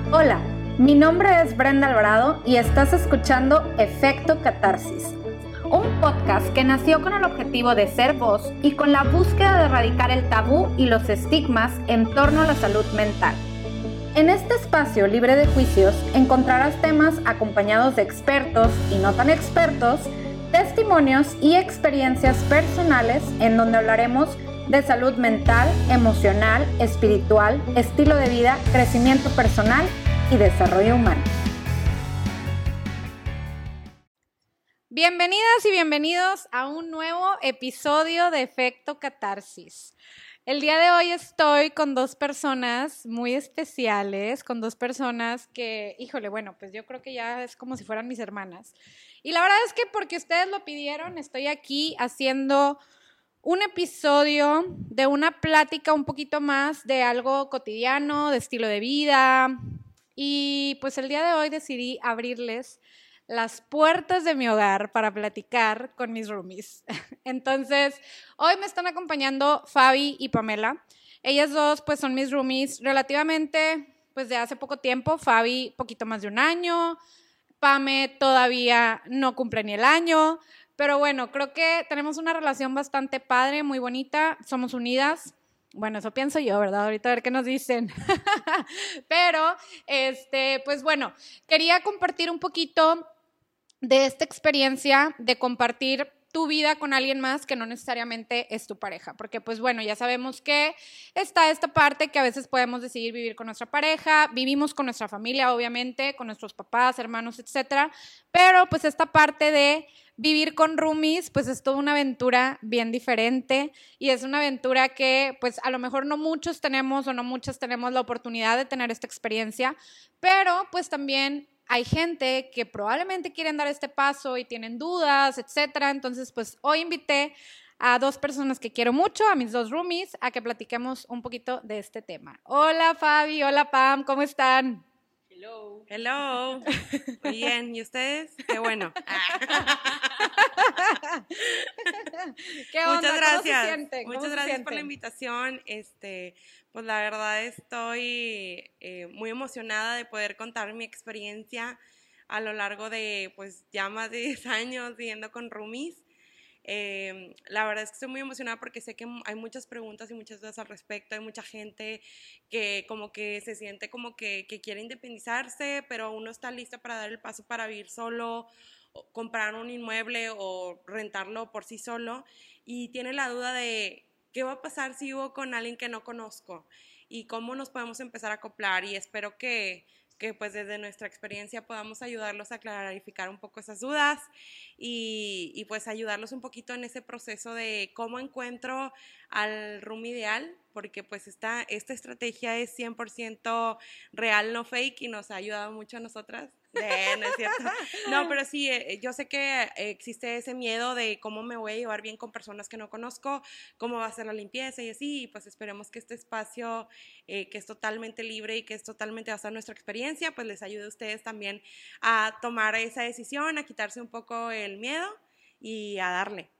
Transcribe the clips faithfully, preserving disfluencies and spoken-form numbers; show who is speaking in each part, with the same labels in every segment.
Speaker 1: Hola, mi nombre es Brenda Alvarado y estás escuchando Efecto Catarsis, un podcast que nació con el objetivo de ser voz y con la búsqueda de erradicar el tabú y los estigmas en torno a la salud mental. En este espacio libre de juicios encontrarás temas acompañados de expertos y no tan expertos, testimonios y experiencias personales en donde hablaremos de salud mental, emocional, espiritual, estilo de vida, crecimiento personal y desarrollo humano. Bienvenidas y bienvenidos a un nuevo episodio de Efecto Catarsis. El día de hoy estoy con dos personas muy especiales, con dos personas que, híjole, bueno, pues yo creo que ya es como si fueran mis hermanas. Y la verdad es que porque ustedes lo pidieron, estoy aquí haciendo un episodio de una plática un poquito más de algo cotidiano, de estilo de vida. Y pues el día de hoy decidí abrirles las puertas de mi hogar para platicar con mis roomies. Entonces, hoy me están acompañando Fabi y Pamela. Ellas dos pues son mis roomies relativamente pues de hace poco tiempo. Fabi poquito más de un año, Pame todavía no cumple ni el año. Pero bueno, creo que tenemos una relación bastante padre, muy bonita, somos unidas. Bueno, eso pienso yo, ¿verdad? Ahorita a ver qué nos dicen. Pero, este, pues bueno, quería compartir un poquito de esta experiencia de compartir tu vida con alguien más que no necesariamente es tu pareja, porque pues bueno, ya sabemos que está esta parte que a veces podemos decidir vivir con nuestra pareja, vivimos con nuestra familia, obviamente, con nuestros papás, hermanos, etcétera, pero pues esta parte de vivir con roomies, pues es toda una aventura bien diferente y es una aventura que pues a lo mejor no muchos tenemos o no muchas tenemos la oportunidad de tener esta experiencia, pero pues también hay gente que probablemente quieren dar este paso y tienen dudas, etcétera. Entonces, pues hoy invité a dos personas que quiero mucho, a mis dos roomies, a que platiquemos un poquito de este tema. Hola Fabi, hola Pam, ¿cómo están?
Speaker 2: Hello. Hello. Muy bien, ¿y ustedes? Qué bueno.
Speaker 1: ¿Qué onda?
Speaker 2: Muchas gracias.
Speaker 1: ¿Cómo se sienten?
Speaker 2: Muchas
Speaker 1: ¿Cómo
Speaker 2: gracias
Speaker 1: se sienten?
Speaker 2: por la invitación. Este, pues la verdad estoy eh, muy emocionada de poder contar mi experiencia a lo largo de pues ya más de diez años viviendo con roomies. Eh, la verdad es que estoy muy emocionada porque sé que hay muchas preguntas y muchas dudas al respecto, hay mucha gente que como que se siente como que, que quiere independizarse, pero aún no está lista para dar el paso para vivir solo, o comprar un inmueble o rentarlo por sí solo y tiene la duda de qué va a pasar si vivo con alguien que no conozco y cómo nos podemos empezar a acoplar, y espero que que pues desde nuestra experiencia podamos ayudarlos a clarificar un poco esas dudas y, y pues ayudarlos un poquito en ese proceso de cómo encuentro al room ideal, porque pues esta, esta estrategia es cien por ciento real, no fake, y nos ha ayudado mucho a nosotras. De, no es cierto. No, pero sí, eh, yo sé que existe ese miedo de cómo me voy a llevar bien con personas que no conozco, cómo va a ser la limpieza y así, y pues esperemos que este espacio eh, que es totalmente libre y que es totalmente basado en nuestra experiencia, pues les ayude a ustedes también a tomar esa decisión, a quitarse un poco el miedo y a darle.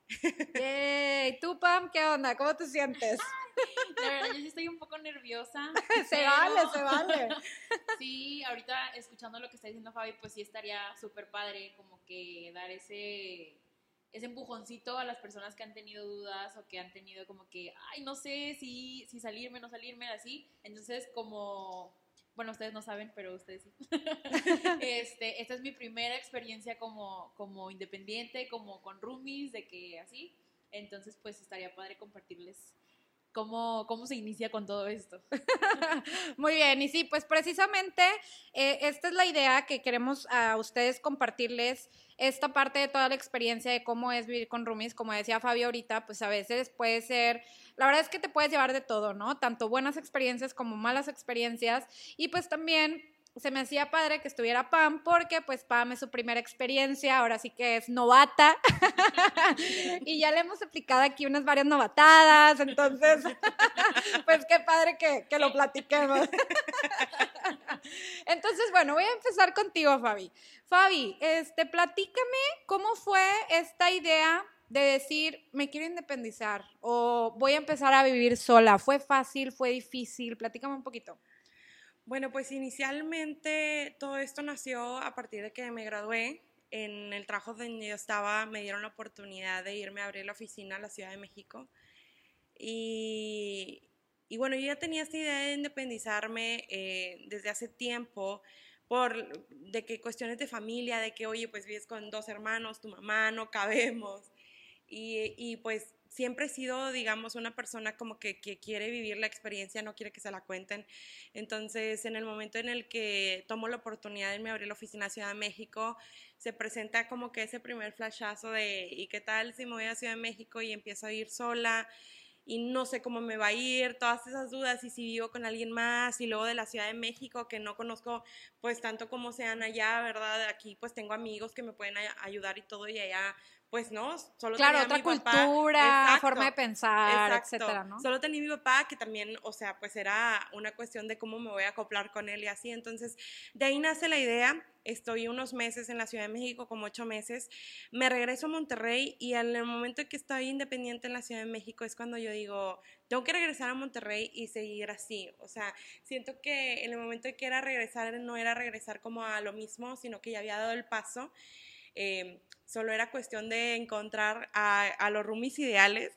Speaker 1: Yay. ¿Tú, Pam, qué onda? ¿Cómo te sientes?
Speaker 3: La verdad, yo sí estoy un poco nerviosa.
Speaker 1: Se
Speaker 3: pero...
Speaker 1: vale, se vale.
Speaker 3: Sí, ahorita escuchando lo que está diciendo Fabi, pues sí estaría súper padre como que dar ese, ese empujoncito a las personas que han tenido dudas o que han tenido como que, ay, no sé si, si salirme, no salirme, así. Entonces, como, bueno, ustedes no saben, pero ustedes sí. este, esta es mi primera experiencia como, como independiente, como con roomies, de que así. Entonces, pues estaría padre compartirles ¿Cómo, ¿Cómo se inicia con todo esto?
Speaker 1: Muy bien, y sí, pues precisamente eh, esta es la idea que queremos a ustedes compartirles, esta parte de toda la experiencia de cómo es vivir con roomies. Como decía Fabio ahorita, pues a veces puede ser, la verdad es que te puedes llevar de todo, ¿no? Tanto buenas experiencias como malas experiencias, y pues también se me hacía padre que estuviera Pam, porque pues Pam es su primera experiencia, ahora sí que es novata, y ya le hemos aplicado aquí unas varias novatadas, entonces, pues qué padre que, que lo platiquemos. Entonces, bueno, voy a empezar contigo, Fabi. Fabi, este, platícame cómo fue esta idea de decir, me quiero independizar, o voy a empezar a vivir sola. ¿Fue fácil? ¿Fue difícil? Platícame un poquito.
Speaker 2: Bueno, pues inicialmente todo esto nació a partir de que me gradué. En el trabajo donde yo estaba me dieron la oportunidad de irme a abrir la oficina a la Ciudad de México. Y, y bueno, yo ya tenía esta idea de independizarme eh, desde hace tiempo, por de que cuestiones de familia, de que, oye, pues vives con dos hermanos, tu mamá, no cabemos. Y, y pues siempre he sido, digamos, una persona como que, que quiere vivir la experiencia, no quiere que se la cuenten. Entonces, en el momento en el que tomo la oportunidad de irme a abrir la oficina a Ciudad de México, se presenta como que ese primer flashazo de, ¿y qué tal si me voy a Ciudad de México y empiezo a ir sola? Y no sé cómo me va a ir, todas esas dudas, y si vivo con alguien más, y luego de la Ciudad de México, que no conozco pues tanto como sean allá, ¿verdad? Aquí pues tengo amigos que me pueden ayudar y todo, y allá pues no, solo
Speaker 1: claro,
Speaker 2: tenía
Speaker 1: otra
Speaker 2: mi
Speaker 1: cultura,
Speaker 2: papá. Exacto,
Speaker 1: forma de pensar,
Speaker 2: exacto.
Speaker 1: etcétera, ¿no?
Speaker 2: Solo tenía mi papá, que también, o sea, pues era una cuestión de cómo me voy a acoplar con él y así. Entonces, de ahí nace la idea. Estoy unos meses en la Ciudad de México, como ocho meses. Me regreso a Monterrey y en el momento en que estoy independiente en la Ciudad de México es cuando yo digo, tengo que regresar a Monterrey y seguir así. O sea, siento que en el momento en que era regresar, no era regresar como a lo mismo, sino que ya había dado el paso. Eh, solo era cuestión de encontrar a, a los roomies ideales,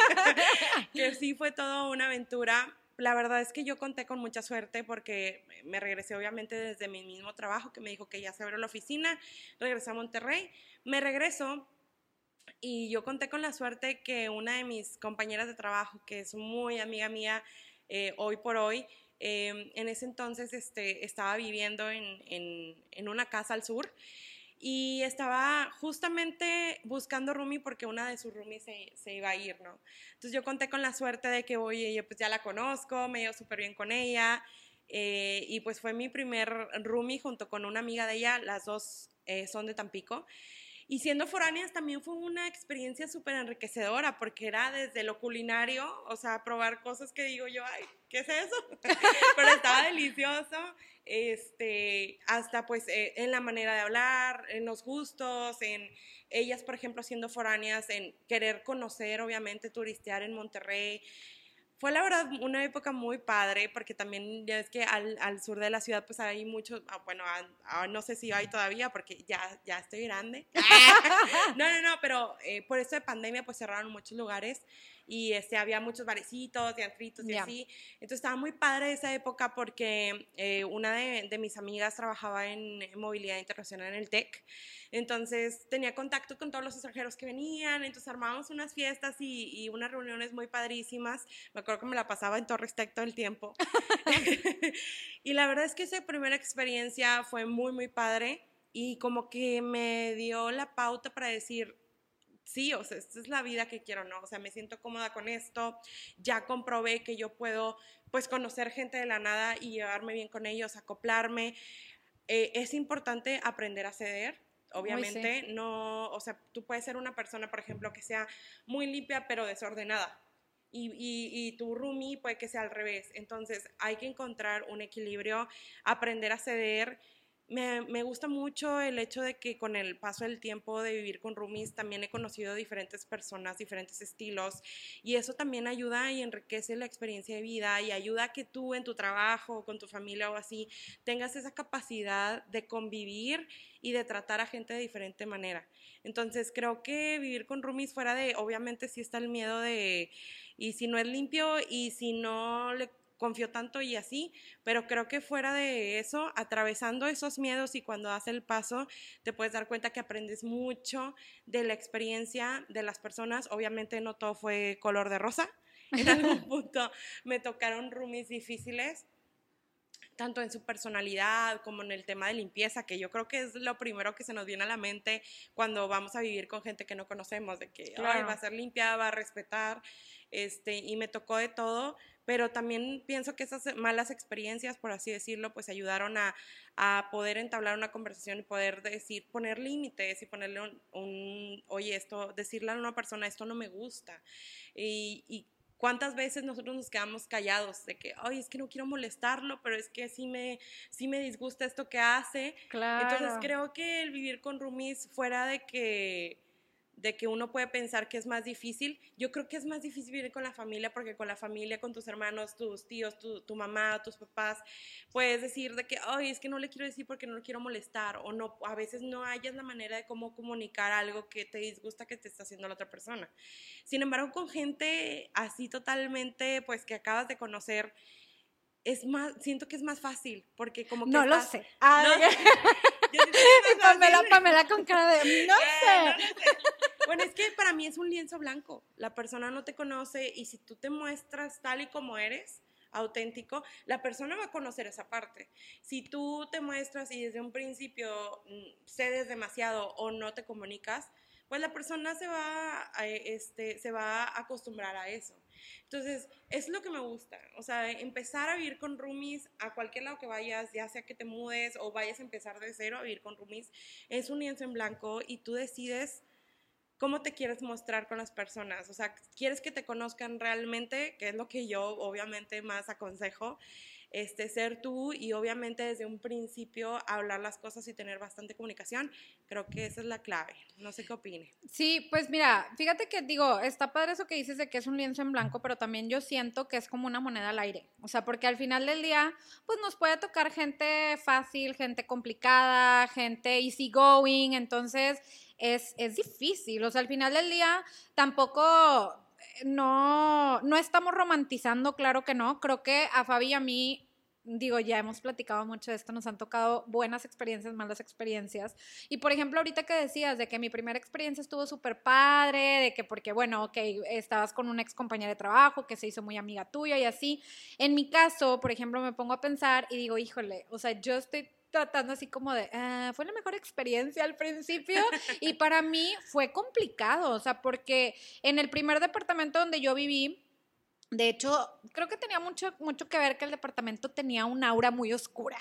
Speaker 2: que sí fue toda una aventura. La verdad es que yo conté con mucha suerte porque me regresé obviamente desde mi mismo trabajo, que me dijo que ya se abrió la oficina, regresé a Monterrey, me regreso y yo conté con la suerte que una de mis compañeras de trabajo, que es muy amiga mía eh, hoy por hoy, eh, en ese entonces este, estaba viviendo en, en, en una casa al sur. Y estaba justamente buscando roomie porque una de sus roomies se, se iba a ir, ¿no? Entonces yo conté con la suerte de que, oye, yo pues ya la conozco, me llevo súper bien con ella, eh, y pues fue mi primer roomie junto con una amiga de ella, las dos eh, son de Tampico. Y siendo foráneas también fue una experiencia súper enriquecedora porque era desde lo culinario, o sea, probar cosas que digo yo, ay, ¿qué es eso? Pero estaba delicioso, este, hasta pues eh, en la manera de hablar, en los gustos, en ellas, por ejemplo, siendo foráneas, en querer conocer, obviamente, turistear en Monterrey. Fue la verdad una época muy padre porque también ya es que al, al sur de la ciudad pues hay muchos, bueno, a, a, no sé si hay todavía porque ya, ya estoy grande. No, no, no, pero eh, por esto de pandemia pues cerraron muchos lugares y este, había muchos barecitos y antritos y yeah. así. Entonces estaba muy padre esa época porque eh, una de, de mis amigas trabajaba en movilidad internacional en el TEC. Entonces tenía contacto con todos los extranjeros que venían, entonces armábamos unas fiestas y, y unas reuniones muy padrísimas. Me acuerdo que me la pasaba en Torres Tec todo el tiempo. Y la verdad es que esa primera experiencia fue muy, muy padre y como que me dio la pauta para decir, sí, o sea, esta es la vida que quiero, ¿no? O sea, me siento cómoda con esto, ya comprobé que yo puedo, pues, conocer gente de la nada y llevarme bien con ellos, acoplarme. Eh, es importante aprender a ceder. Obviamente, sí. no, o sea, tú puedes ser una persona, por ejemplo, que sea muy limpia pero desordenada y, y, y tu roomie puede que sea al revés. Entonces, hay que encontrar un equilibrio, aprender a ceder. Me, me gusta mucho el hecho de que con el paso del tiempo de vivir con roomies también he conocido diferentes personas, diferentes estilos y eso también ayuda y enriquece la experiencia de vida y ayuda a que tú en tu trabajo, con tu familia o así, tengas esa capacidad de convivir y de tratar a gente de diferente manera. Entonces creo que vivir con roomies fuera de, obviamente sí está el miedo de, y si no es limpio y si no le confío tanto y así, pero creo que fuera de eso, atravesando esos miedos y cuando das el paso, te puedes dar cuenta que aprendes mucho de la experiencia de las personas. Obviamente no todo fue color de rosa, en algún punto me tocaron roomies difíciles, tanto en su personalidad como en el tema de limpieza, que yo creo que es lo primero que se nos viene a la mente cuando vamos a vivir con gente que no conocemos, de que claro. Ay, va a ser limpia, va a respetar, este, y me tocó de todo, pero también pienso que esas malas experiencias, por así decirlo, pues ayudaron a, a poder entablar una conversación y poder decir, poner límites y ponerle un, un oye, esto, decirle a una persona, esto no me gusta, y, y ¿cuántas veces nosotros nos quedamos callados de que, ay, es que no quiero molestarlo, pero es que sí me, sí me disgusta esto que hace?
Speaker 1: Claro.
Speaker 2: Entonces creo que el vivir con roomies fuera de que, de que uno puede pensar que es más difícil. Yo creo que es más difícil vivir con la familia, porque con la familia, con tus hermanos, tus tíos, tu, tu mamá, tus papás, puedes decir de que, ay, es que no le quiero decir porque no le quiero molestar, o no, a veces no hayas la manera de cómo comunicar algo que te disgusta que te está haciendo la otra persona. Sin embargo, con gente así totalmente, pues que acabas de conocer, es más, siento que es más fácil, porque como que
Speaker 1: no
Speaker 2: estás,
Speaker 1: lo sé. Ah,
Speaker 2: no,
Speaker 1: de...
Speaker 2: yo siento que es más
Speaker 1: Pamela,
Speaker 2: fácil.
Speaker 1: Pamela con cara de, no
Speaker 2: Eh,
Speaker 1: sé.
Speaker 2: no lo sé. Bueno, es que para mí es un lienzo blanco. La persona no te conoce y si tú te muestras tal y como eres, auténtico, la persona va a conocer esa parte. Si tú te muestras y desde un principio mm, cedes demasiado o no te comunicas, pues la persona se va a, este, se va a acostumbrar a eso. Entonces, es lo que me gusta. O sea, empezar a vivir con roomies a cualquier lado que vayas, ya sea que te mudes o vayas a empezar de cero a vivir con roomies, es un lienzo en blanco y tú decides cómo te quieres mostrar con las personas. O sea, quieres que te conozcan realmente, que es lo que yo obviamente más aconsejo, este, ser tú y obviamente desde un principio hablar las cosas y tener bastante comunicación. Creo que esa es la clave. No sé qué opine.
Speaker 1: Sí, pues mira, fíjate que digo, está padre eso que dices de que es un lienzo en blanco, pero también yo siento que es como una moneda al aire. O sea, porque al final del día, pues nos puede tocar gente fácil, gente complicada, gente easygoing, entonces es, es difícil. O sea, al final del día tampoco no, no estamos romantizando, claro que no. Creo que a Fabi y a mí, digo, ya hemos platicado mucho de esto, nos han tocado buenas experiencias, malas experiencias. Y por ejemplo, ahorita que decías de que mi primera experiencia estuvo súper padre, de que porque, bueno, ok, estabas con una ex compañera de trabajo que se hizo muy amiga tuya y así. En mi caso, por ejemplo, me pongo a pensar y digo, híjole, o sea, yo estoy tratando así como de, uh, fue la mejor experiencia al principio y para mí fue complicado, o sea, porque en el primer departamento donde yo viví, de hecho, creo que tenía mucho, mucho que ver que el departamento tenía un aura muy oscura.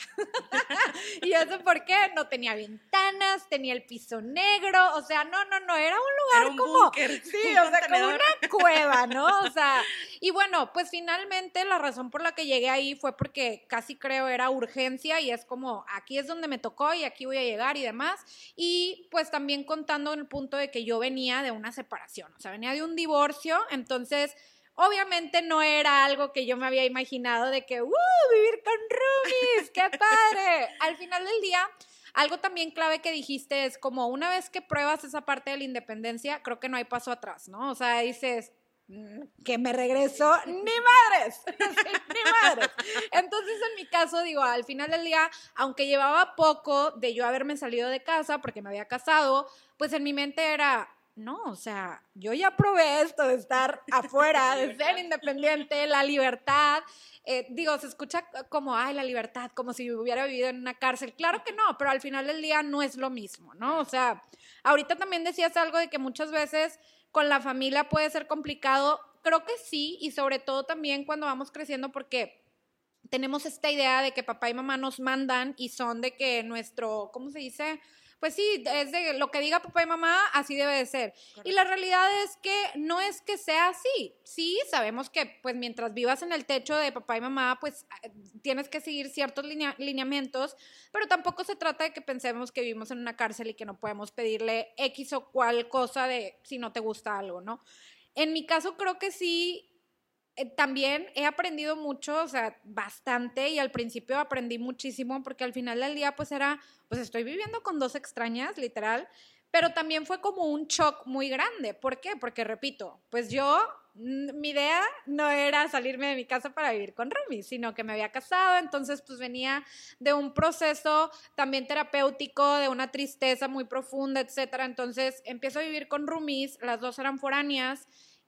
Speaker 1: ¿Y eso por qué? No tenía ventanas, tenía el piso negro, o sea, no, no, no, era un lugar
Speaker 2: Era un
Speaker 1: como,
Speaker 2: búnker,
Speaker 1: sí,
Speaker 2: un
Speaker 1: o sea, como
Speaker 2: contenedor.
Speaker 1: una cueva, ¿no? O sea, y bueno, pues finalmente la razón por la que llegué ahí fue porque casi creo era urgencia y es como, aquí es donde me tocó y aquí voy a llegar y demás. Y pues también contando en el punto de que yo venía de una separación, o sea, venía de un divorcio, entonces obviamente no era algo que yo me había imaginado de que, ¡uh! Vivir con roomies, ¡qué padre! Al final del día, algo también clave que dijiste es como una vez que pruebas esa parte de la independencia, creo que no hay paso atrás, ¿no? O sea, dices, que me regreso, ni madres, ni madres. Entonces, en mi caso, digo, al final del día, aunque llevaba poco de yo haberme salido de casa porque me había casado, pues en mi mente era, no, o sea, yo ya probé esto de estar afuera, de ser independiente, la libertad. Eh, digo, se escucha como, ay, la libertad, como si hubiera vivido en una cárcel. Claro que no, pero al final del día no es lo mismo, ¿no? O sea, ahorita también decías algo de que muchas veces con la familia puede ser complicado. Creo que sí, y sobre todo también cuando vamos creciendo, porque tenemos esta idea de que papá y mamá nos mandan y son de que nuestro, ¿cómo se dice? Pues sí, es de lo que diga papá y mamá, así debe de ser. Correcto. Y la realidad es que no es que sea así. Sí, sabemos que pues mientras vivas en el techo de papá y mamá, pues tienes que seguir ciertos linea- lineamientos, pero tampoco se trata de que pensemos que vivimos en una cárcel y que no podemos pedirle X o cual cosa de si no te gusta algo, ¿no? En mi caso creo que sí. Eh, también he aprendido mucho, o sea, bastante, y al principio aprendí muchísimo porque al final del día pues era, pues estoy viviendo con dos extrañas, literal, pero también fue como un shock muy grande. ¿Por qué? Porque repito, pues yo, m- mi idea no era salirme de mi casa para vivir con roomies, sino que me había casado, entonces pues venía de un proceso también terapéutico, de una tristeza muy profunda, etcétera. Entonces empiezo a vivir con roomies, las dos eran foráneas.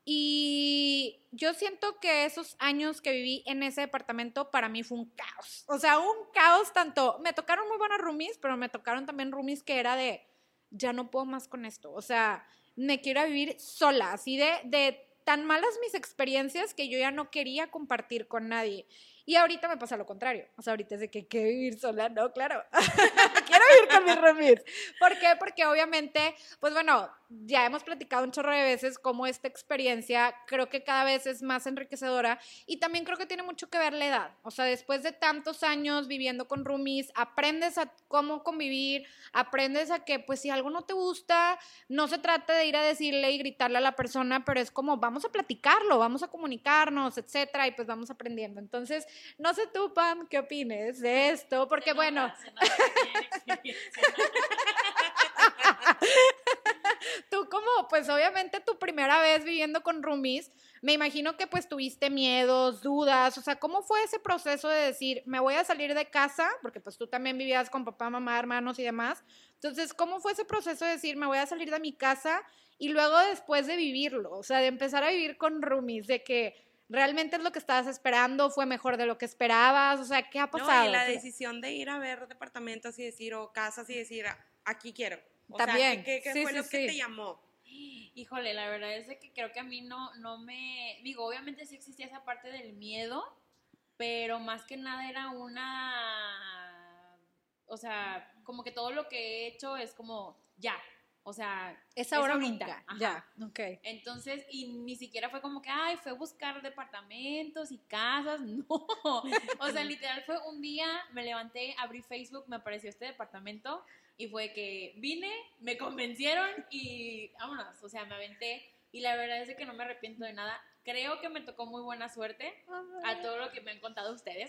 Speaker 1: Y yo siento que esos años que viví en ese departamento para mí fue un caos. O sea, un caos tanto, me tocaron muy buenas roomies, pero me tocaron también roomies que era de, ya no puedo más con esto. O sea, me quiero ir a vivir sola, así de, de tan malas mis experiencias que yo ya no quería compartir con nadie. Y ahorita me pasa lo contrario. O sea, ahorita es de que quiero vivir sola. No, claro. Quiero vivir con mis roomies. ¿Por qué? Porque obviamente, pues bueno, ya hemos platicado un chorro de veces cómo esta experiencia creo que cada vez es más enriquecedora y también creo que tiene mucho que ver la edad. O sea, después de tantos años viviendo con roomies, aprendes a cómo convivir, aprendes a que pues si algo no te gusta, no se trata de ir a decirle y gritarle a la persona, pero es como vamos a platicarlo, vamos a comunicarnos, etcétera, y pues vamos aprendiendo. Entonces, no sé tú, Pam, ¿qué opines de esto? Porque
Speaker 3: Se nota,
Speaker 1: bueno...
Speaker 3: se nota que tienen experiencia.
Speaker 1: Tú como, pues obviamente tu primera vez viviendo con roomies, me imagino que pues tuviste miedos, dudas, o sea, ¿cómo fue ese proceso de decir, me voy a salir de casa? Porque pues tú también vivías con papá, mamá, hermanos y demás. Entonces, ¿cómo fue ese proceso de decir, me voy a salir de mi casa? Y luego después de vivirlo, o sea, de empezar a vivir con roomies, de que realmente es lo que estabas esperando, fue mejor de lo que esperabas, o sea, ¿qué ha pasado?
Speaker 2: No, y la decisión de ir a ver departamentos y decir, o casas y decir, aquí quiero. O
Speaker 1: También.
Speaker 2: sea, ¿qué, qué
Speaker 1: Sí,
Speaker 2: fue
Speaker 1: sí,
Speaker 2: lo que
Speaker 1: sí.
Speaker 2: te llamó?
Speaker 3: Híjole, la verdad es de que creo que a mí no, no me... Digo, obviamente sí existía esa parte del miedo, pero más que nada era una... O sea, como que todo lo que he hecho es como ya. O sea,
Speaker 1: Es ahora o
Speaker 3: ahorita.
Speaker 1: nunca.
Speaker 3: Ajá.
Speaker 1: Ya, ok.
Speaker 3: Entonces, y ni siquiera fue como que, ay, fue a buscar departamentos y casas, no. O sea, literal fue un día, me levanté, abrí Facebook, me apareció este departamento y fue que vine, me convencieron y vámonos, o sea, me aventé y la verdad es de que no me arrepiento de nada. Creo que me tocó muy buena suerte a todo lo que me han contado ustedes.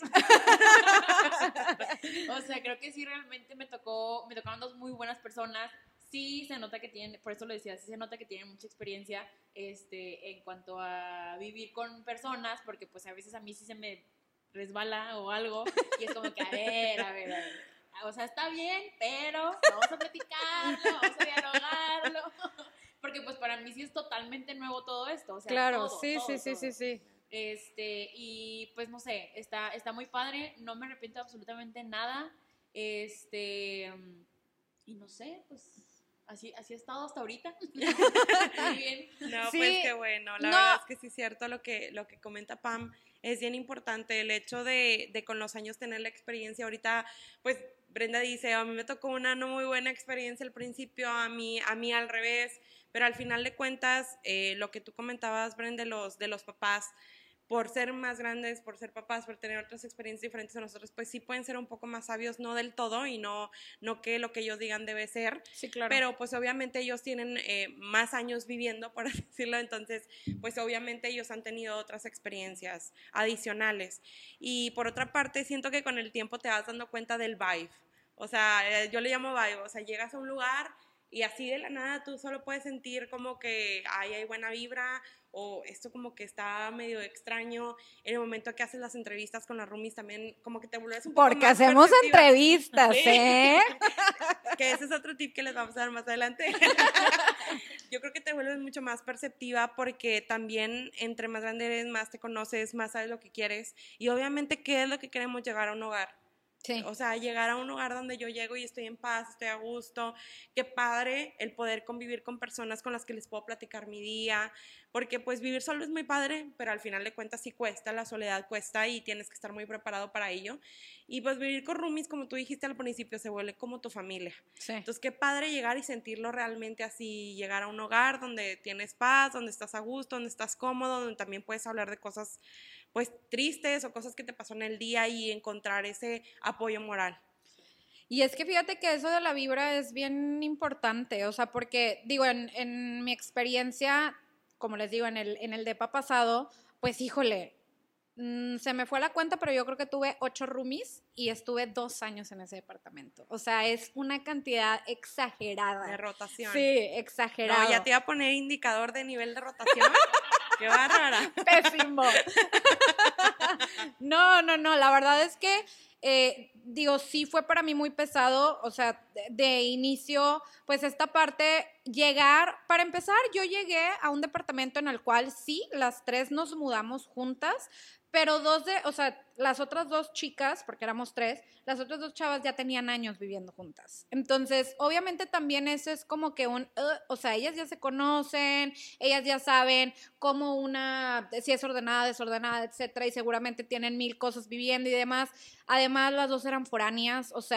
Speaker 3: O sea, creo que sí realmente me tocó, me tocaron dos muy buenas personas. Sí se nota que tienen, por eso lo decía, sí se nota que tienen mucha experiencia este, en cuanto a vivir con personas, porque pues a veces a mí sí se me resbala o algo, y es como que, a ver, a ver, a ver, o sea, está bien, pero vamos a platicarlo, vamos a dialogarlo, porque pues para mí sí es totalmente nuevo todo esto, o sea,
Speaker 1: Claro,
Speaker 3: todo,
Speaker 1: sí,
Speaker 3: todo,
Speaker 1: sí, sí,
Speaker 3: todo.
Speaker 1: sí, sí.
Speaker 3: Este, y pues no sé, está, está muy padre, no me arrepiento de absolutamente nada, este, y no sé, pues... Así, así he estado hasta ahorita. Muy bien.
Speaker 2: No,
Speaker 1: Sí,
Speaker 2: pues qué bueno. La
Speaker 1: no.
Speaker 2: verdad es que sí es cierto lo que, lo que comenta Pam. Es bien importante el hecho de, de con los años tener la experiencia. Ahorita, pues Brenda dice, a mí me tocó una no muy buena experiencia al principio, a mí, a mí al revés, pero al final de cuentas, eh, lo que tú comentabas, Brenda, de los, de los papás, por ser más grandes, por ser papás, por tener otras experiencias diferentes a nosotros, pues sí pueden ser un poco más sabios, no del todo, y no, no que lo que ellos digan debe ser,
Speaker 1: Sí, claro.
Speaker 2: pero pues obviamente ellos tienen eh, más años viviendo, por así decirlo, entonces pues obviamente ellos han tenido otras experiencias adicionales. Y por otra parte, siento que con el tiempo te vas dando cuenta del vibe, o sea, eh, yo le llamo vibe, o sea, llegas a un lugar y así de la nada tú solo puedes sentir como que ay, hay buena vibra, o esto como que está medio extraño. En el momento que haces las entrevistas con las roomies también como que te vuelves un poco
Speaker 1: Porque
Speaker 2: más
Speaker 1: hacemos
Speaker 2: perceptiva.
Speaker 1: entrevistas,
Speaker 2: Sí.
Speaker 1: ¿eh?
Speaker 2: Que ese es otro tip que les vamos a dar más adelante. Yo creo que te vuelves mucho más perceptiva porque también entre más grande eres, más te conoces, más sabes lo que quieres y obviamente qué es lo que queremos llegar a un hogar.
Speaker 1: Sí.
Speaker 2: O sea, llegar a un lugar donde yo llego y estoy en paz, estoy a gusto. Qué padre el poder convivir con personas con las que les puedo platicar mi día, porque pues vivir solo es muy padre, pero al final de cuentas sí cuesta, la soledad cuesta y tienes que estar muy preparado para ello. Y pues vivir con roomies, como tú dijiste al principio, se vuelve como tu familia.
Speaker 1: Sí.
Speaker 2: Entonces qué padre llegar y sentirlo realmente así, llegar a un hogar donde tienes paz, donde estás a gusto, donde estás cómodo, donde también puedes hablar de cosas pues tristes o cosas que te pasó en el día y encontrar ese apoyo moral.
Speaker 1: Y es que fíjate que eso de la vibra es bien importante, o sea, porque digo, en, en mi experiencia, como les digo, en el, en el depa pasado, pues híjole, mmm, se me fue la cuenta, pero yo creo que tuve ocho roomies y estuve dos años en ese departamento. O sea, es una cantidad exagerada.
Speaker 2: De rotación.
Speaker 1: Sí, exagerada.
Speaker 2: No, ya te iba a poner indicador de nivel de rotación. ¡Qué bárbara!
Speaker 1: Pésimo. No, no, no, la verdad es que, eh, digo, sí fue para mí muy pesado, o sea, de, de inicio, pues esta parte, llegar, para empezar, yo llegué a un departamento en el cual sí, las tres nos mudamos juntas, pero dos de, o sea, las otras dos chicas, porque éramos tres, las otras dos chavas ya tenían años viviendo juntas. Entonces, obviamente también eso es como que un, uh, o sea, ellas ya se conocen, ellas ya saben cómo una, si es ordenada, desordenada, etcétera, y seguramente tienen mil cosas viviendo y demás. Además, las dos eran foráneas, o sea,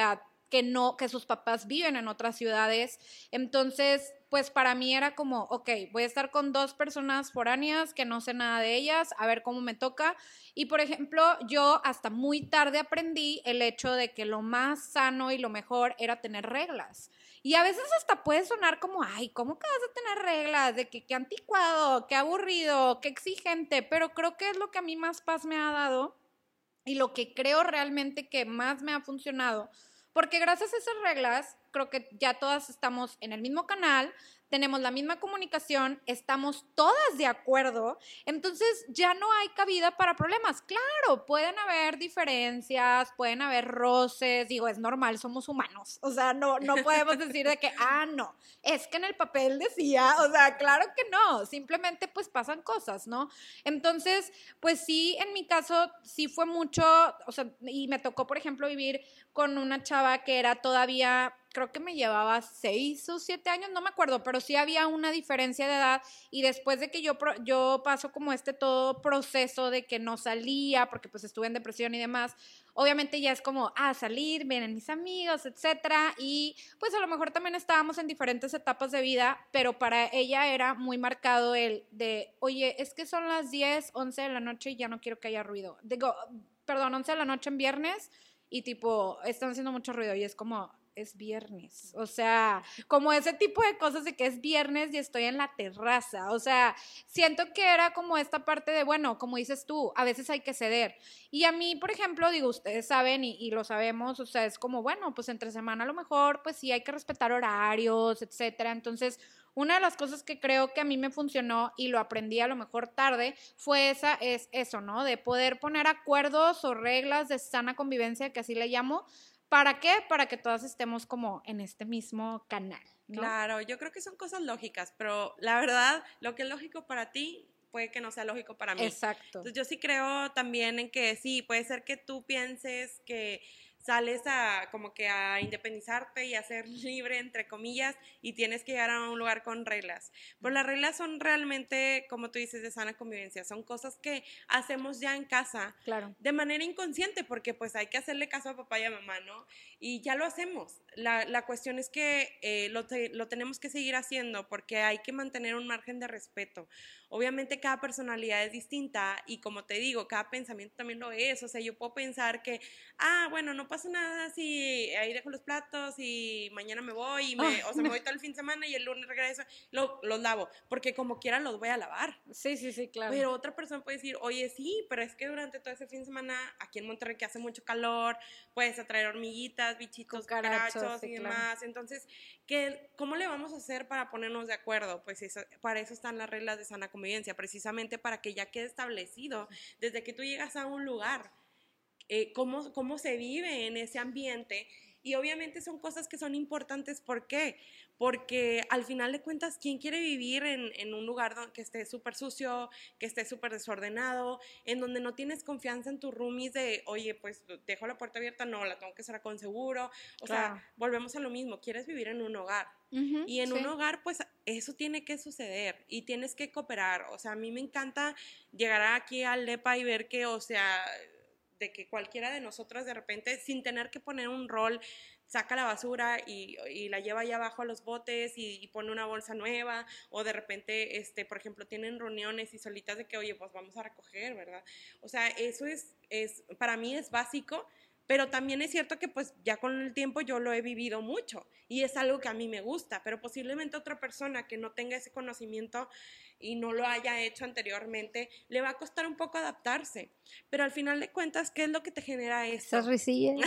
Speaker 1: que no, que sus papás viven en otras ciudades. Entonces, pues para mí era como, ok, voy a estar con dos personas foráneas que no sé nada de ellas, a ver cómo me toca. Y por ejemplo, yo hasta muy tarde aprendí el hecho de que lo más sano y lo mejor era tener reglas. Y a veces hasta puede sonar como, ay, ¿cómo que vas a tener reglas? De que qué anticuado, qué aburrido, qué exigente, pero creo que es lo que a mí más paz me ha dado y lo que creo realmente que más me ha funcionado. Porque gracias a esas reglas, creo que ya todas estamos en el mismo canal, tenemos la misma comunicación, estamos todas de acuerdo, entonces ya no hay cabida para problemas. Claro, pueden haber diferencias, pueden haber roces, digo, es normal, somos humanos, o sea, no, no podemos decir de que, ah, no, es que en el papel decía, o sea, claro que no, simplemente pues pasan cosas, ¿no? Entonces, pues sí, en mi caso, sí fue mucho, o sea, y me tocó, por ejemplo, vivir con una chava que era todavía, creo que me llevaba seis o siete años, no me acuerdo, pero sí había una diferencia de edad y después de que yo, yo paso como este todo proceso de que no salía porque pues estuve en depresión y demás, obviamente ya es como, ah, salir, vienen mis amigos, etcétera, y pues a lo mejor también estábamos en diferentes etapas de vida, pero para ella era muy marcado el de, oye, es que son las diez, once de la noche y ya no quiero que haya ruido. Digo, perdón, once de la noche en viernes y tipo, están haciendo mucho ruido y es como, es viernes, o sea, como ese tipo de cosas de que es viernes y estoy en la terraza, o sea, siento que era como esta parte de, bueno, como dices tú, a veces hay que ceder, y a mí, por ejemplo, digo, ustedes saben y, y lo sabemos, o sea, es como, bueno, pues entre semana a lo mejor, pues sí hay que respetar horarios, etcétera, entonces, una de las cosas que creo que a mí me funcionó y lo aprendí a lo mejor tarde fue esa, es eso, ¿no? De poder poner acuerdos o reglas de sana convivencia, que así le llamo. ¿Para qué? Para que todas estemos como en este mismo canal, ¿no?
Speaker 2: Claro, yo creo que son cosas lógicas, pero la verdad, lo que es lógico para ti puede que no sea lógico para mí.
Speaker 1: Exacto.
Speaker 2: Entonces yo sí creo también en que sí, puede ser que tú pienses que sales a como que a independizarte y a ser libre, entre comillas, y tienes que llegar a un lugar con reglas. Pero las reglas son realmente, como tú dices, de sana convivencia. Son cosas que hacemos ya en casa,
Speaker 1: claro,
Speaker 2: de manera inconsciente, porque pues hay que hacerle caso a papá y a mamá, ¿no? Y ya lo hacemos. La, la cuestión es que eh, lo, te, lo tenemos que seguir haciendo porque hay que mantener un margen de respeto. Obviamente cada personalidad es distinta y como te digo, cada pensamiento también lo es. O sea, yo puedo pensar que, ah, bueno, no pasa nada si ahí dejo los platos y mañana me voy, y me, oh, o sea, me voy todo el fin de semana y el lunes regreso, lo, los lavo, porque como quiera los voy a lavar.
Speaker 1: Sí, sí, sí, claro.
Speaker 2: Pero otra persona puede decir, oye, sí, pero es que durante todo ese fin de semana, aquí en Monterrey que hace mucho calor, puedes atraer hormiguitas, bichitos, cucarachos sí, y demás. Claro. Entonces, ¿qué, ¿cómo le vamos a hacer para ponernos de acuerdo? Pues eso, para eso están las reglas de sana convivencia, precisamente para que ya quede establecido desde que tú llegas a un lugar, eh, cómo, cómo se vive en ese ambiente. Y obviamente son cosas que son importantes. ¿Por qué? Porque al final de cuentas, ¿quién quiere vivir en, en un lugar donde, que esté súper sucio, que esté súper desordenado, en donde no tienes confianza en tus roomies de, oye, pues dejo la puerta abierta, no, la tengo que cerrar con seguro? O claro. sea, volvemos a lo mismo, quieres vivir en un hogar. Uh-huh, y en sí. un hogar, pues eso tiene que suceder y tienes que cooperar. O sea, a mí me encanta llegar aquí al depa y ver que, o sea, de que cualquiera de nosotras de repente, sin tener que poner un rol, saca la basura y, y la lleva allá abajo a los botes y, y pone una bolsa nueva, o de repente, este, por ejemplo, tienen reuniones y solitas de que, oye, pues vamos a recoger, ¿verdad? O sea, eso es, es para mí es básico, pero también es cierto que pues ya con el tiempo yo lo he vivido mucho y es algo que a mí me gusta, pero posiblemente otra persona que no tenga ese conocimiento y no lo haya hecho anteriormente, le va a costar un poco adaptarse, pero al final de cuentas, ¿qué es lo que te genera esto?
Speaker 1: Esas risillas.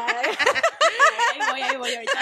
Speaker 3: Ahí voy, ahí voy ahorita.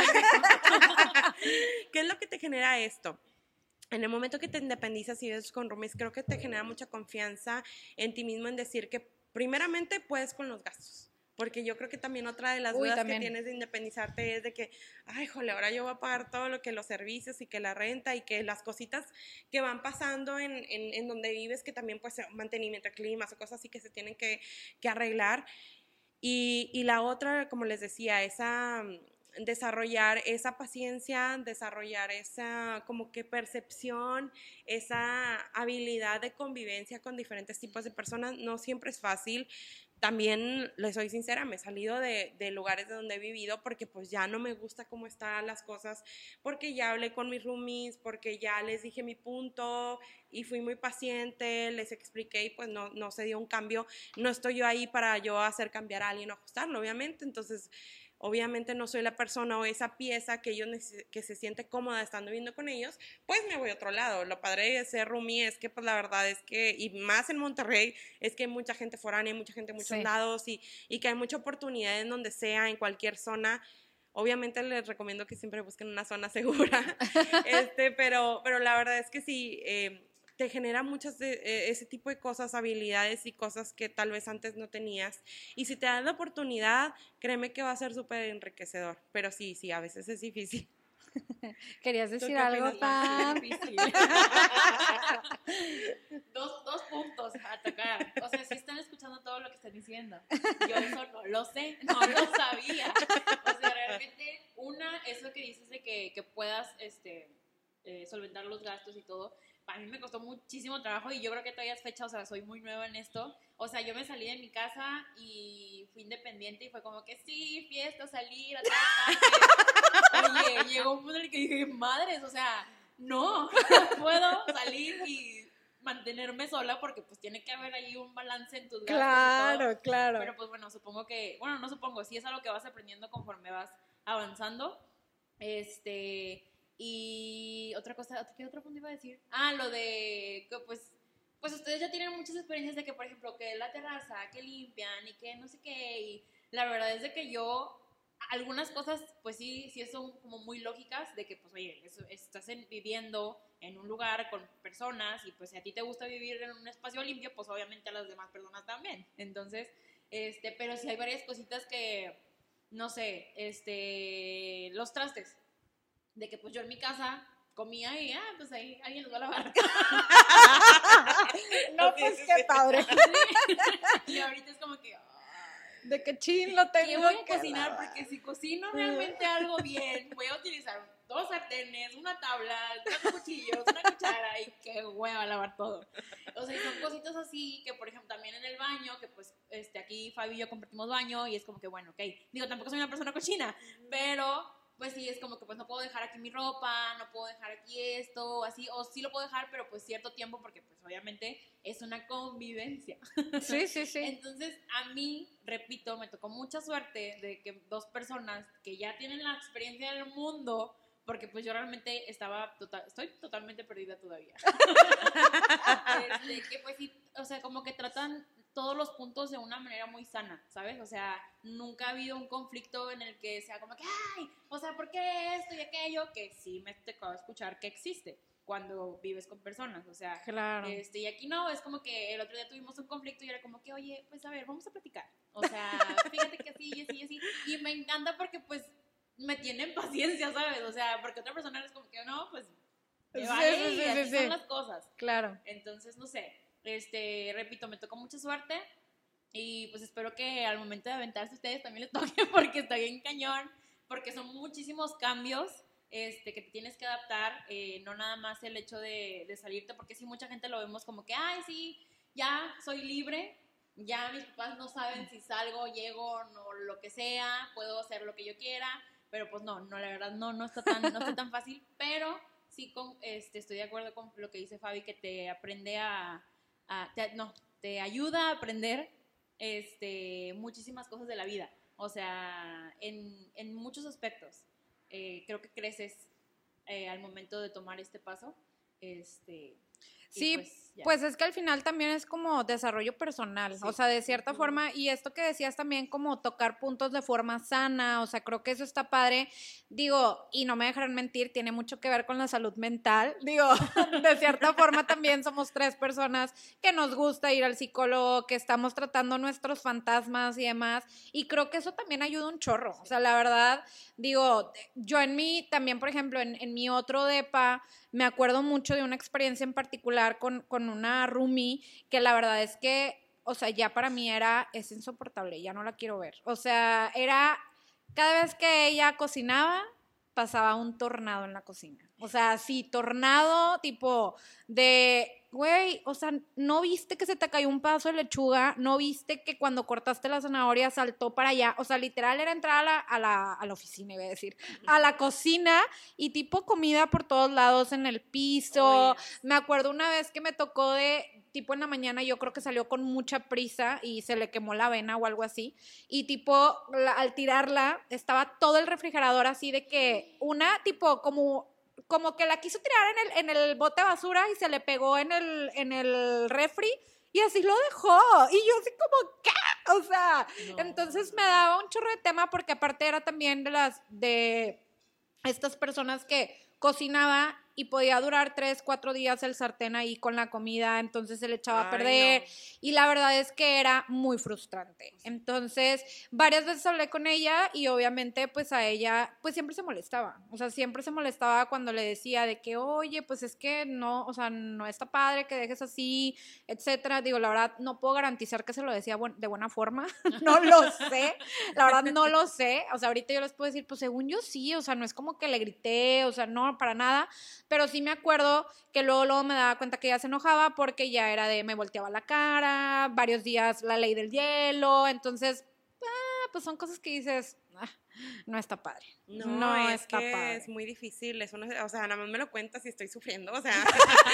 Speaker 2: ¿Qué es lo que te genera esto? En el momento que te independizas y vives con roomies, creo que te genera mucha confianza en ti mismo, en decir que primeramente puedes con los gastos. Porque yo creo que también otra de las Uy, dudas también. que tienes de independizarte es de que, ay, jole, ahora yo voy a pagar todo lo que los servicios y que la renta y que las cositas que van pasando en, en, en donde vives, que también pues mantenimiento de climas o cosas así que se tienen que, que arreglar. Y, y la otra, como les decía, esa desarrollar esa paciencia, desarrollar esa como que percepción, esa habilidad de convivencia con diferentes tipos de personas, no siempre es fácil. también, les soy sincera, me he salido de, de lugares de donde he vivido porque pues ya no me gusta cómo están las cosas, porque ya hablé con mis roomies, porque ya les dije mi punto y fui muy paciente, les expliqué y pues no, no se dio un cambio. No estoy yo ahí para yo hacer cambiar a alguien o ajustarlo, obviamente, entonces... Obviamente no soy la persona o esa pieza que, ellos que se siente cómoda estando viviendo con ellos, pues me voy a otro lado. Lo padre de ser roomie es que pues la verdad es que, y más en Monterrey, es que hay mucha gente foránea, hay mucha gente en muchos sí. lados y, y que hay mucha oportunidad en donde sea, en cualquier zona. Obviamente les recomiendo que siempre busquen una zona segura, este, pero, pero la verdad es que sí, eh, te genera muchas de eh, ese tipo de cosas, habilidades y cosas que tal vez antes no tenías. Y si te dan la oportunidad, créeme que va a ser súper enriquecedor. Pero sí, sí, a veces es difícil.
Speaker 1: ¿Querías decir algo, Pam?
Speaker 3: Difícil. dos, dos puntos a tocar. O sea, si están escuchando todo lo que están diciendo. Yo eso no lo sé, no lo sabía. O sea, realmente, una, eso que dices de que, que puedas este, eh, solventar los gastos y todo. Para mí me costó muchísimo trabajo y yo creo que todavía es fecha, o sea, soy muy nueva en esto. O sea, yo me salí de mi casa y fui independiente y fue como que sí, fiesta, salir, a todas. Oye, llegó un punto en el que dije, madres, o sea, no, no puedo salir y mantenerme sola porque pues tiene que haber ahí un balance en tus gastos.
Speaker 1: Claro,
Speaker 3: y todo.
Speaker 1: claro.
Speaker 3: Pero pues bueno, supongo que, bueno, no supongo, sí es algo que vas aprendiendo conforme vas avanzando. Este... Y otra cosa, ¿qué otro punto iba a decir? Ah, lo de que pues, pues ustedes ya tienen muchas experiencias de que, por ejemplo, que la terraza, que limpian y que no sé qué. Y la verdad es de que yo, algunas cosas, pues sí, sí son como muy lógicas de que, pues, oye, eso, estás en, viviendo en un lugar con personas y pues si a ti te gusta vivir en un espacio limpio, pues obviamente a las demás personas también. Entonces, este, pero sí hay varias cositas que, no sé, este, los trastes. De que pues yo en mi casa comía y, ah, pues ahí alguien los va a lavar.
Speaker 1: No, pues qué padre.
Speaker 3: Sí. Y ahorita es como que, ay,
Speaker 1: de que chin lo tengo
Speaker 3: ¿qué voy a
Speaker 1: que
Speaker 3: cocinar?
Speaker 1: lavar.
Speaker 3: Porque si cocino realmente algo bien, voy a utilizar dos sartenes, una tabla, dos cuchillos, una cuchara y qué hueva lavar todo. O sea, y son cositas así que, por ejemplo, también en el baño, que pues este, aquí Fabi y yo compartimos baño y es como que, bueno, ok, digo, tampoco soy una persona cochina, pero... pues sí, es como que pues no puedo dejar aquí mi ropa, no puedo dejar aquí esto, así, o sí lo puedo dejar, pero pues cierto tiempo, porque pues obviamente es una convivencia.
Speaker 1: Sí, sí, sí.
Speaker 3: Entonces, a mí, repito, me tocó mucha suerte de que dos personas que ya tienen la experiencia del mundo, porque pues yo realmente estaba, total, estoy totalmente perdida todavía. Este, que pues sí, o sea, como que tratan todos los puntos de una manera muy sana, ¿sabes? O sea, nunca ha habido un conflicto en el que sea como que, ay, o sea, ¿por qué esto y aquello? Que sí me tocó escuchar que existe cuando vives con personas, o sea,
Speaker 1: claro.
Speaker 3: este, y aquí no, es como que el otro día tuvimos un conflicto y era como que, oye, pues a ver, vamos a platicar, o sea, fíjate que así y así y así, y me encanta porque pues me tienen paciencia, ¿sabes? O sea, porque otra persona es como que, no, pues, me vale, sí, sí, sí, y así sí, son sí. las cosas.
Speaker 1: Claro.
Speaker 3: Entonces, no sé, este, repito, me tocó mucha suerte y pues espero que al momento de aventarse ustedes también les toque porque está bien cañón, porque son muchísimos cambios este, que te tienes que adaptar, eh, no nada más el hecho de, de salirte, porque sí, mucha gente lo vemos como que, ay, sí, ya soy libre, ya mis papás no saben si salgo, llego, no, lo que sea, puedo hacer lo que yo quiera, pero pues no, no, la verdad no, no está tan, no está tan fácil, pero sí con, este, estoy de acuerdo con lo que dice Fabi, que te aprende a, a te, no, te ayuda a aprender este, muchísimas cosas de la vida, o sea, en, en muchos aspectos. Eh, creo que creces eh, al momento de tomar este paso. Este,
Speaker 1: sí,
Speaker 3: pues,
Speaker 1: pues es que al final también es como desarrollo personal, sí. O sea, de cierta uh-huh. forma, y esto que decías también como tocar puntos de forma sana, o sea, creo que eso está padre, digo, y no me dejarán mentir, tiene mucho que ver con la salud mental, digo, de cierta forma también somos tres personas que nos gusta ir al psicólogo, que estamos tratando nuestros fantasmas y demás, y creo que eso también ayuda un chorro, o sea, la verdad, digo, yo en mí, también por ejemplo, en, en mi otro depa, me acuerdo mucho de una experiencia en particular con, con una roomie que la verdad es que, o sea, ya para mí era, es insoportable, ya no la quiero ver. O sea, era, cada vez que ella cocinaba, pasaba un tornado en la cocina. O sea, sí, tornado tipo de güey, o sea, ¿no viste que se te cayó un pedazo de lechuga? ¿No viste que cuando cortaste la zanahoria saltó para allá? O sea, literal era entrar a la, a la, a la oficina, iba a decir, a la cocina y tipo comida por todos lados en el piso.
Speaker 2: Oh, yes.
Speaker 1: Me acuerdo una vez que me tocó de, tipo en la mañana, yo creo que salió con mucha prisa y se le quemó la avena o algo así. Y tipo, la, al tirarla, estaba todo el refrigerador así de que una, tipo, como... como que la quiso tirar en el, en el bote de basura y se le pegó en el, en el refri y así lo dejó. Y yo así como, ¿qué? O sea,
Speaker 3: No.
Speaker 1: entonces me daba un chorro de tema porque aparte era también de las, de estas personas que cocinaba y podía durar tres, cuatro días el sartén ahí con la comida, entonces se le echaba a
Speaker 2: Ay,
Speaker 1: perder
Speaker 2: no.
Speaker 1: y la verdad es que era muy frustrante. Entonces, varias veces hablé con ella y obviamente pues a ella pues siempre se molestaba, o sea, siempre se molestaba cuando le decía de que, oye, pues es que no, o sea, no está padre que dejes así, etcétera. Digo, la verdad, no puedo garantizar que se lo decía de buena forma, no lo sé, la verdad no lo sé, o sea, ahorita yo les puedo decir, pues según yo sí, o sea, no es como que le grité, o sea, no, para nada, pero sí me acuerdo que luego, luego me daba cuenta que ella se enojaba porque ya era de, me volteaba la cara, varios días la ley del hielo, entonces, ah, pues son cosas que dices, ah, no está padre.
Speaker 2: No,
Speaker 1: No
Speaker 2: es
Speaker 1: está
Speaker 2: que
Speaker 1: padre.
Speaker 2: es muy difícil, eso no, o sea, nada más me lo cuentas y estoy sufriendo, o sea.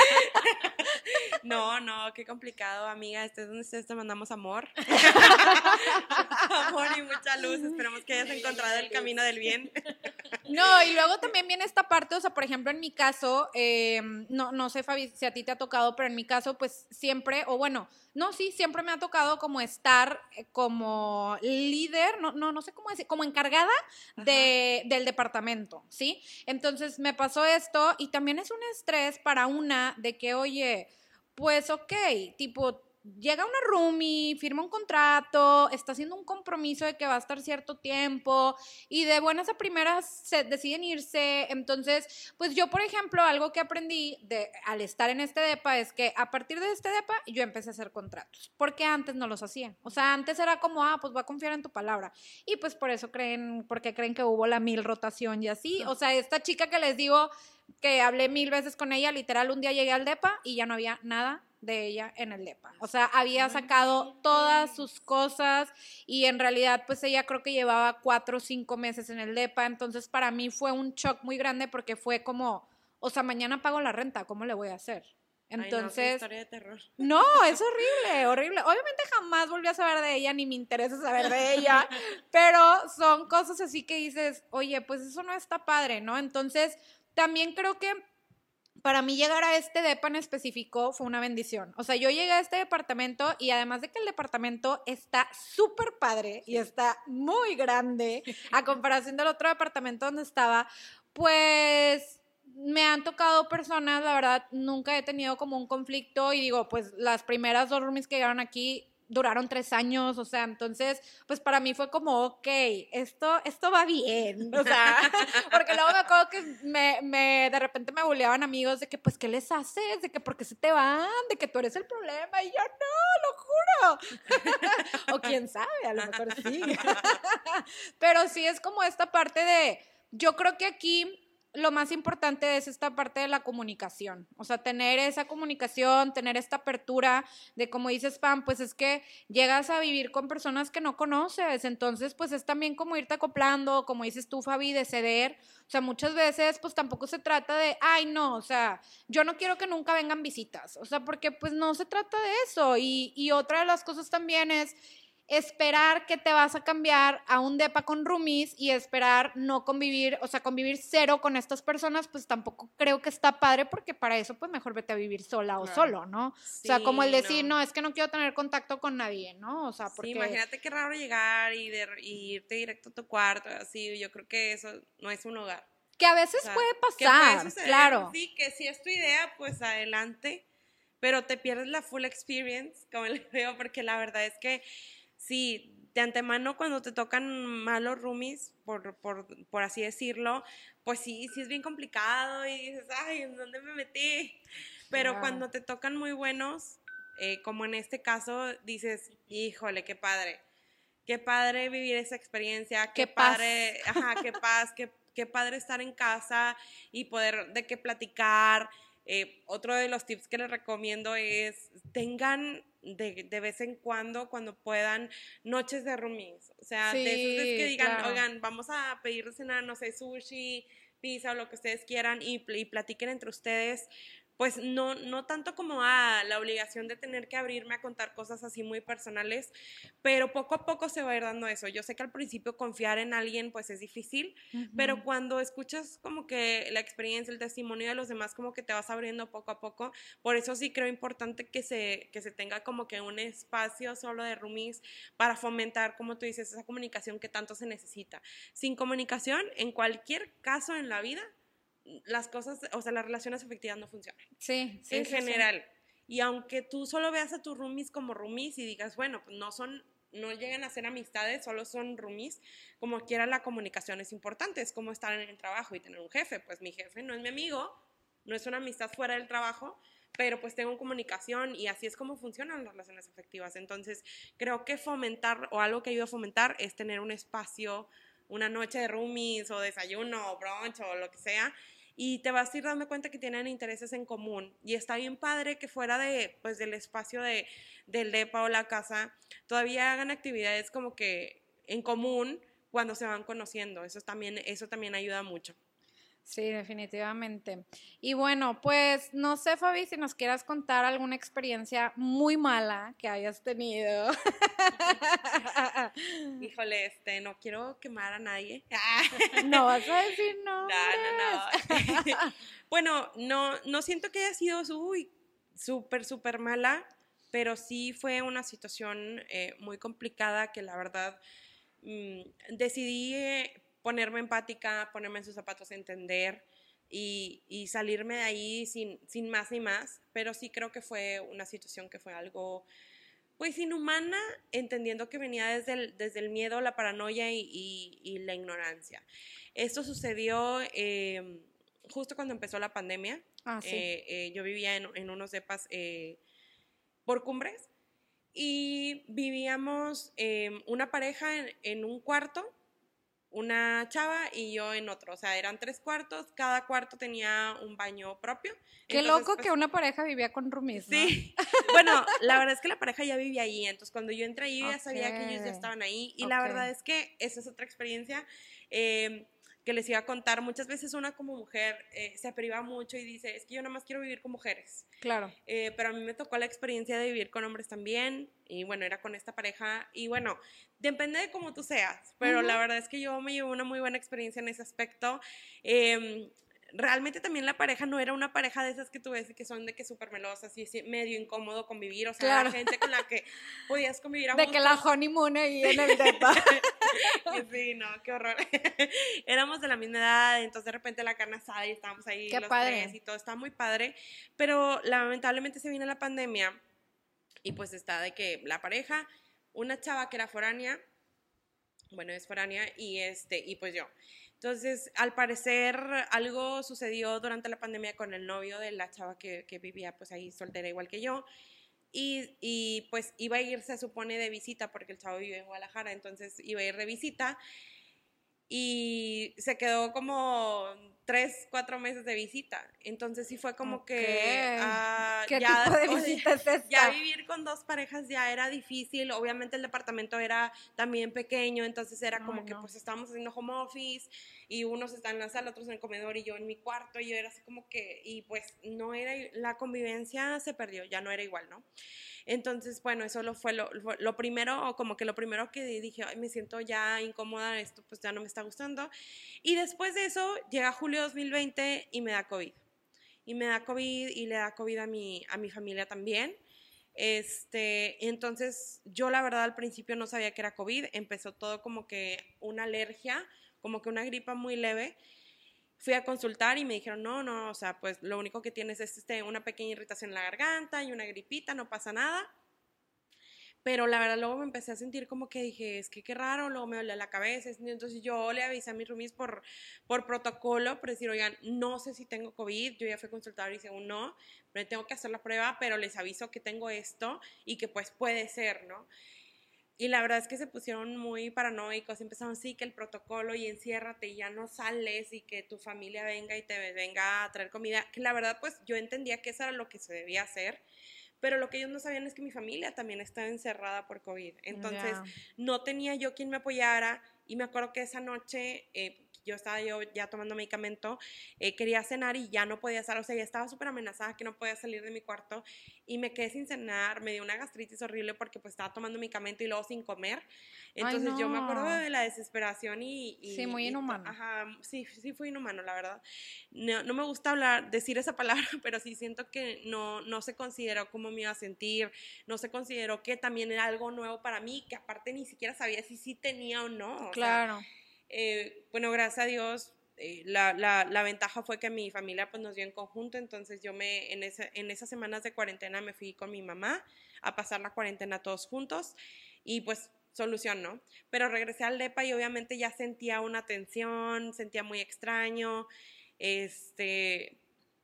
Speaker 2: No, no, qué complicado, amiga, este es donde ustedes te mandamos amor. Amor y mucha luz, esperemos que hayas encontrado el camino del bien.
Speaker 1: No, y luego también viene esta parte, o sea, por ejemplo, en mi caso, eh, no, no sé, Fabi, si a ti te ha tocado, pero en mi caso, pues siempre, o bueno, no, sí, siempre me ha tocado como estar eh, como líder, no, no, no sé cómo decir, como encargada de, del departamento, ¿sí? Entonces me pasó esto y también es un estrés para una de que, oye, pues ok, tipo, llega una roomie, firma un contrato, está haciendo un compromiso de que va a estar cierto tiempo y de buenas a primeras se deciden irse. Entonces, pues yo, por ejemplo, algo que aprendí de, al estar en este depa es que a partir de este depa yo empecé a hacer contratos, porque antes no los hacía. O sea, antes era como, ah, pues voy a confiar en tu palabra. Y pues por eso creen, porque creen que hubo la mil rotación y así. O sea, esta chica que les digo que hablé mil veces con ella, literal, un día llegué al depa y ya no había nada de ella en el depa. O sea, había sacado todas sus cosas y en realidad pues ella creo que llevaba cuatro o cinco meses en el depa, entonces para mí fue un shock muy grande porque fue como, o sea, mañana pago la renta, ¿cómo le voy a hacer? Entonces,
Speaker 2: Ay, no, qué historia de terror.
Speaker 1: no, es horrible, horrible. Obviamente jamás volví a saber de ella, ni me interesa saber de ella, pero son cosas así que dices, oye, pues eso no está padre, ¿no? Entonces, también creo que para mí llegar a este depa en específico fue una bendición. O sea, yo llegué a este departamento y además de que el departamento está súper padre y está muy grande a comparación del otro departamento donde estaba, pues me han tocado personas, la verdad, nunca he tenido como un conflicto y digo, pues las primeras dos roomies que llegaron aquí duraron tres años, o sea, entonces, pues para mí fue como, ok, esto, esto va bien, o sea, porque luego me acuerdo que me, me, de repente me buleaban amigos de que, pues, ¿qué les haces? De que, ¿por qué se te van? De que tú eres el problema, y yo, no, lo juro, o quién sabe, a lo mejor sí, pero sí es como esta parte de, yo creo que aquí lo más importante es esta parte de la comunicación, o sea, tener esa comunicación, tener esta apertura de, como dices, Pam, pues es que llegas a vivir con personas que no conoces, entonces pues es también como irte acoplando, como dices tú, Fabi, de ceder, o sea, muchas veces pues tampoco se trata de, ay, no, o sea, yo no quiero que nunca vengan visitas, o sea, porque pues no se trata de eso, y, y otra de las cosas también es esperar que te vas a cambiar a un depa con roomies y esperar no convivir, o sea, convivir cero con estas personas, pues tampoco creo que está padre porque para eso pues mejor vete a vivir sola o
Speaker 2: Claro.
Speaker 1: solo, ¿no?
Speaker 2: Sí,
Speaker 1: o sea, como el decir,
Speaker 2: no.
Speaker 1: no, es que no quiero tener contacto con nadie, ¿no? O sea, porque...
Speaker 2: Sí, imagínate qué raro llegar y, de, y irte directo a tu cuarto, así, yo creo que eso no es un hogar.
Speaker 1: Que a veces
Speaker 2: O sea,
Speaker 1: puede
Speaker 2: que
Speaker 1: pasar,
Speaker 2: puede suceder,
Speaker 1: claro.
Speaker 2: Sí, que si es tu idea, pues adelante, pero te pierdes la full experience, como le digo, porque la verdad es que sí, de antemano cuando te tocan malos roomies, por, por, por así decirlo, pues sí, sí es bien complicado y dices, ay, ¿en dónde me metí? Pero
Speaker 1: Wow.
Speaker 2: cuando te tocan muy buenos, eh, como en este caso, dices, híjole, qué padre, qué padre vivir esa experiencia, qué,
Speaker 1: Qué paz.
Speaker 2: padre, ajá, qué paz, qué, qué padre estar en casa y poder de qué platicar, Eh, otro de los tips que les recomiendo es tengan de, de vez en cuando, cuando puedan, noches de roomies. O sea,
Speaker 1: Sí,
Speaker 2: de esas veces que digan,
Speaker 1: claro.
Speaker 2: oigan, vamos a pedir cenar, no sé, sushi, pizza o lo que ustedes quieran y, y platiquen entre ustedes. Pues no, no tanto como a la obligación de tener que abrirme a contar cosas así muy personales, pero poco a poco se va a ir dando eso. Yo sé que al principio confiar en alguien pues es difícil,
Speaker 1: Ujú.
Speaker 2: pero cuando escuchas como que la experiencia, el testimonio de los demás, como que te vas abriendo poco a poco. Por eso sí creo importante que se, que se tenga como que un espacio solo de roomies para fomentar, como tú dices, esa comunicación que tanto se necesita. Sin comunicación, en cualquier caso en la vida, las cosas, o sea, las relaciones afectivas no funcionan.
Speaker 1: Sí, sí,
Speaker 2: En
Speaker 1: sí,
Speaker 2: general. Sí. Y aunque tú solo veas a tus roomies como roomies y digas, bueno, pues no son, no llegan a ser amistades, solo son roomies, como quiera la comunicación es importante, es como estar en el trabajo y tener un jefe. Pues mi jefe no es mi amigo, no es una amistad fuera del trabajo, pero pues tengo comunicación y así es como funcionan las relaciones afectivas. Entonces, creo que fomentar, o algo que ayuda a fomentar, es tener un espacio, una noche de roomies o desayuno o brunch o lo que sea, y te vas a ir dando cuenta que tienen intereses en común. Y está bien padre que fuera de, pues, del espacio de, del depa o la casa, todavía hagan actividades como que en común cuando se van conociendo. Eso también, eso también ayuda mucho.
Speaker 1: Sí, definitivamente. Y bueno, pues no sé, Fabi, si nos quieras contar alguna experiencia muy mala que hayas tenido.
Speaker 2: Híjole, este, no quiero quemar a nadie.
Speaker 1: No vas a decir no.
Speaker 2: No, no, no. Bueno, no, no siento que haya sido uy, súper, súper mala, pero sí fue una situación eh, muy complicada que la verdad mmm, decidí eh, ponerme empática, ponerme en sus zapatos, entender y, y salirme de ahí sin, sin más ni más, pero sí creo que fue una situación que fue algo pues inhumana, entendiendo que venía desde el, desde el miedo, la paranoia y, y, y la ignorancia. Esto sucedió eh, justo cuando empezó la pandemia.
Speaker 1: Ah, sí.
Speaker 2: Eh, eh, yo vivía en, en unos depas eh, por Cumbres y vivíamos eh, una pareja en, en un cuarto, una chava y yo en otro, o sea, eran tres cuartos, cada cuarto tenía un baño propio.
Speaker 1: Qué
Speaker 2: entonces,
Speaker 1: loco
Speaker 2: pues,
Speaker 1: que una pareja vivía con roomies, ¿no?
Speaker 2: Sí, bueno, la verdad es que la pareja ya vivía ahí, entonces cuando yo entré ahí, yo ya
Speaker 1: Ok.
Speaker 2: sabía que ellos ya estaban ahí, y
Speaker 1: Ok.
Speaker 2: la verdad es que esa es otra experiencia eh, que les iba a contar. Muchas veces una como mujer eh, se priva mucho y dice, es que yo nada más quiero vivir con mujeres.
Speaker 1: Claro.
Speaker 2: Eh, pero a mí me tocó la experiencia de vivir con hombres también, y bueno, era con esta pareja, y bueno, depende de cómo tú seas, pero uh-huh. La verdad es que yo me llevé una muy buena experiencia en ese aspecto. Eh, realmente también la pareja no era una pareja de esas que tú ves que son de que súper melosas y medio incómodo convivir, o sea, claro. Era gente con la que podías convivir a
Speaker 1: de
Speaker 2: gusto.
Speaker 1: que la honeymoon ahí en el depa.
Speaker 2: Sí, no, qué horror. Éramos de la misma edad, entonces de repente la carne asada y estábamos ahí
Speaker 1: qué
Speaker 2: los
Speaker 1: padre.
Speaker 2: tres y todo, está muy padre, pero lamentablemente se viene la pandemia y pues está de que la pareja, una chava que era foránea, bueno, es foránea, y, este, y pues yo. Entonces, al parecer, algo sucedió durante la pandemia con el novio de la chava que, que vivía pues ahí soltera igual que yo, y, y pues iba a ir, se supone, de visita, porque el chavo vive en Guadalajara, entonces iba a ir de visita, y se quedó como tres, cuatro meses de visita. Entonces sí fue como
Speaker 1: okay.
Speaker 2: que
Speaker 1: uh, ¿qué ya, tipo de visita es esta?
Speaker 2: Ya vivir con dos parejas ya era difícil. Obviamente el departamento era también pequeño, entonces era como Ay, que no. Pues estábamos haciendo home office y unos están en la sala, otros en el comedor y yo en mi cuarto, y yo era así como que, y pues no era, la convivencia se perdió, ya no era igual, ¿no? Entonces, bueno, eso lo fue lo, lo primero, o como que lo primero que dije, ay, me siento ya incómoda, esto pues ya no me está gustando. Y después de eso, llega julio dos mil veinte y me da COVID. Y me da COVID y le da COVID a mi, a mi familia también. Este, entonces, yo la verdad al principio no sabía que era COVID, empezó todo como que una alergia, como que una gripa muy leve. Fui a consultar y me dijeron, no, no, o sea, pues lo único que tienes es este, una pequeña irritación en la garganta y una gripita, no pasa nada. Pero la verdad luego me empecé a sentir como que dije, es que qué raro, luego me dolía la cabeza. Entonces yo le avisé a mis roomies por, por protocolo, por decir, oigan, no sé si tengo COVID, yo ya fui a consultar y según no, pero tengo que hacer la prueba, pero les aviso que tengo esto y que pues puede ser, ¿no? Y la verdad es que se pusieron muy paranoicos, empezaron, sí, que el protocolo y enciérrate y ya no sales y que tu familia venga y te venga a traer comida, que la verdad pues yo entendía que eso era lo que se debía hacer, pero lo que ellos no sabían es que mi familia también estaba encerrada por COVID, entonces
Speaker 1: Yeah.
Speaker 2: no tenía yo quien me apoyara y me acuerdo que esa noche... Eh, yo estaba yo ya tomando medicamento, eh, quería cenar y ya no podía salir, o sea, ya estaba súper amenazada que no podía salir de mi cuarto y me quedé sin cenar, me dio una gastritis horrible porque pues estaba tomando medicamento y luego sin comer, entonces
Speaker 1: Ay, no.
Speaker 2: yo me acuerdo de la desesperación y... y
Speaker 1: sí, muy
Speaker 2: y,
Speaker 1: inhumano.
Speaker 2: ajá, sí, sí fue inhumano, la verdad. No, no me gusta hablar, decir esa palabra, pero sí siento que no, no se consideró cómo me iba a sentir, no se consideró que también era algo nuevo para mí, que aparte ni siquiera sabía si sí tenía o no, o
Speaker 1: claro.
Speaker 2: sea, Eh, bueno, gracias a Dios, eh, la, la, la ventaja fue que mi familia pues nos dio en conjunto, entonces yo me, en, ese, en esas semanas de cuarentena me fui con mi mamá a pasar la cuarentena todos juntos y pues solución, ¿no? Pero regresé al depa y obviamente ya sentía una tensión, sentía muy extraño, este...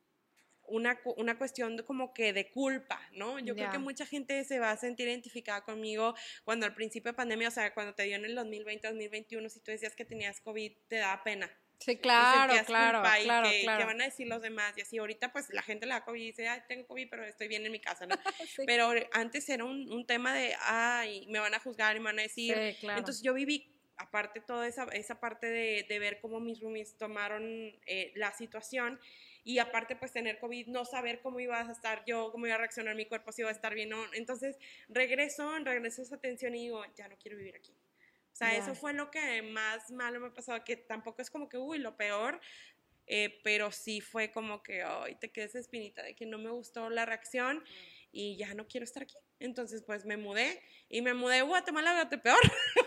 Speaker 2: Una, una cuestión de como que de culpa, ¿no? Yo
Speaker 1: Yeah.
Speaker 2: creo que mucha gente se va a sentir identificada conmigo cuando al principio de pandemia, o sea, cuando te dio en el dos mil veinte, dos mil veintiuno, si tú decías que tenías COVID, te daba pena.
Speaker 1: Sí, claro,
Speaker 2: y
Speaker 1: claro,
Speaker 2: culpa
Speaker 1: claro,
Speaker 2: y que,
Speaker 1: claro.
Speaker 2: que van a decir los demás, y así ahorita pues la gente le da COVID y dice, ay, tengo COVID, pero estoy bien en mi casa, ¿no?
Speaker 1: sí.
Speaker 2: Pero antes era un, un tema de, ay, me van a juzgar y me van a decir,
Speaker 1: sí, claro.
Speaker 2: entonces yo viví aparte toda esa, esa parte de, de ver cómo mis roomies tomaron eh, la situación y aparte pues tener COVID, no saber cómo iba a estar yo, cómo iba a reaccionar mi cuerpo, si iba a estar bien o no. Entonces regreso, regreso a esa tensión y digo, ya no quiero vivir aquí. O sea, yeah. eso fue lo que más malo me pasó, que tampoco es como que, uy, lo peor, eh, pero sí fue como que, ay, te quedé esa espinita de que no me gustó la reacción y ya no quiero estar aquí. Entonces, pues me mudé y me mudé a Guatemala, Guatepeor,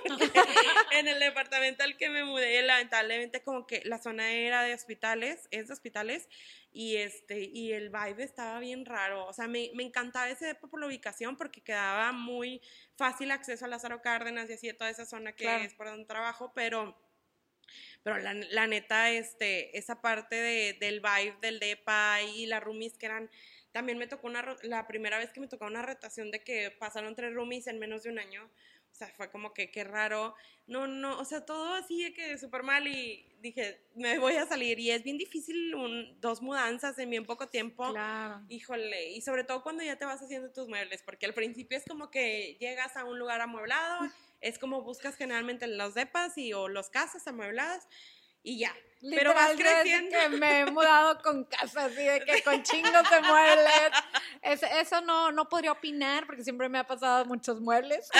Speaker 2: en el departamento al que me mudé, lamentablemente como que la zona era de hospitales, es de hospitales, y, este, y el vibe estaba bien raro, o sea, me, me encantaba ese depa por la ubicación porque quedaba muy fácil acceso a Lázaro Cárdenas y así de toda esa zona que claro. es por donde trabajo, pero... Pero la, la neta, este, esa parte de, del vibe del depa y las roomies que eran... También me tocó una, la primera vez que me tocó una rotación de que pasaron tres roomies en menos de un año. O sea, fue como que qué raro. No, no, o sea, todo así de que súper mal y dije, me voy a salir. Y es bien difícil un, dos mudanzas en bien poco tiempo.
Speaker 1: Claro.
Speaker 2: Híjole, y sobre todo cuando ya te vas haciendo tus muebles, porque al principio es como que llegas a un lugar amueblado, es como buscas generalmente los depas y, o los casas amuebladas y ya.
Speaker 1: Literal,
Speaker 2: pero vas creciendo.
Speaker 1: Que me he mudado con casas así de que con chingos de muebles. Es, eso no, no podría opinar porque siempre me ha pasado muchos muebles.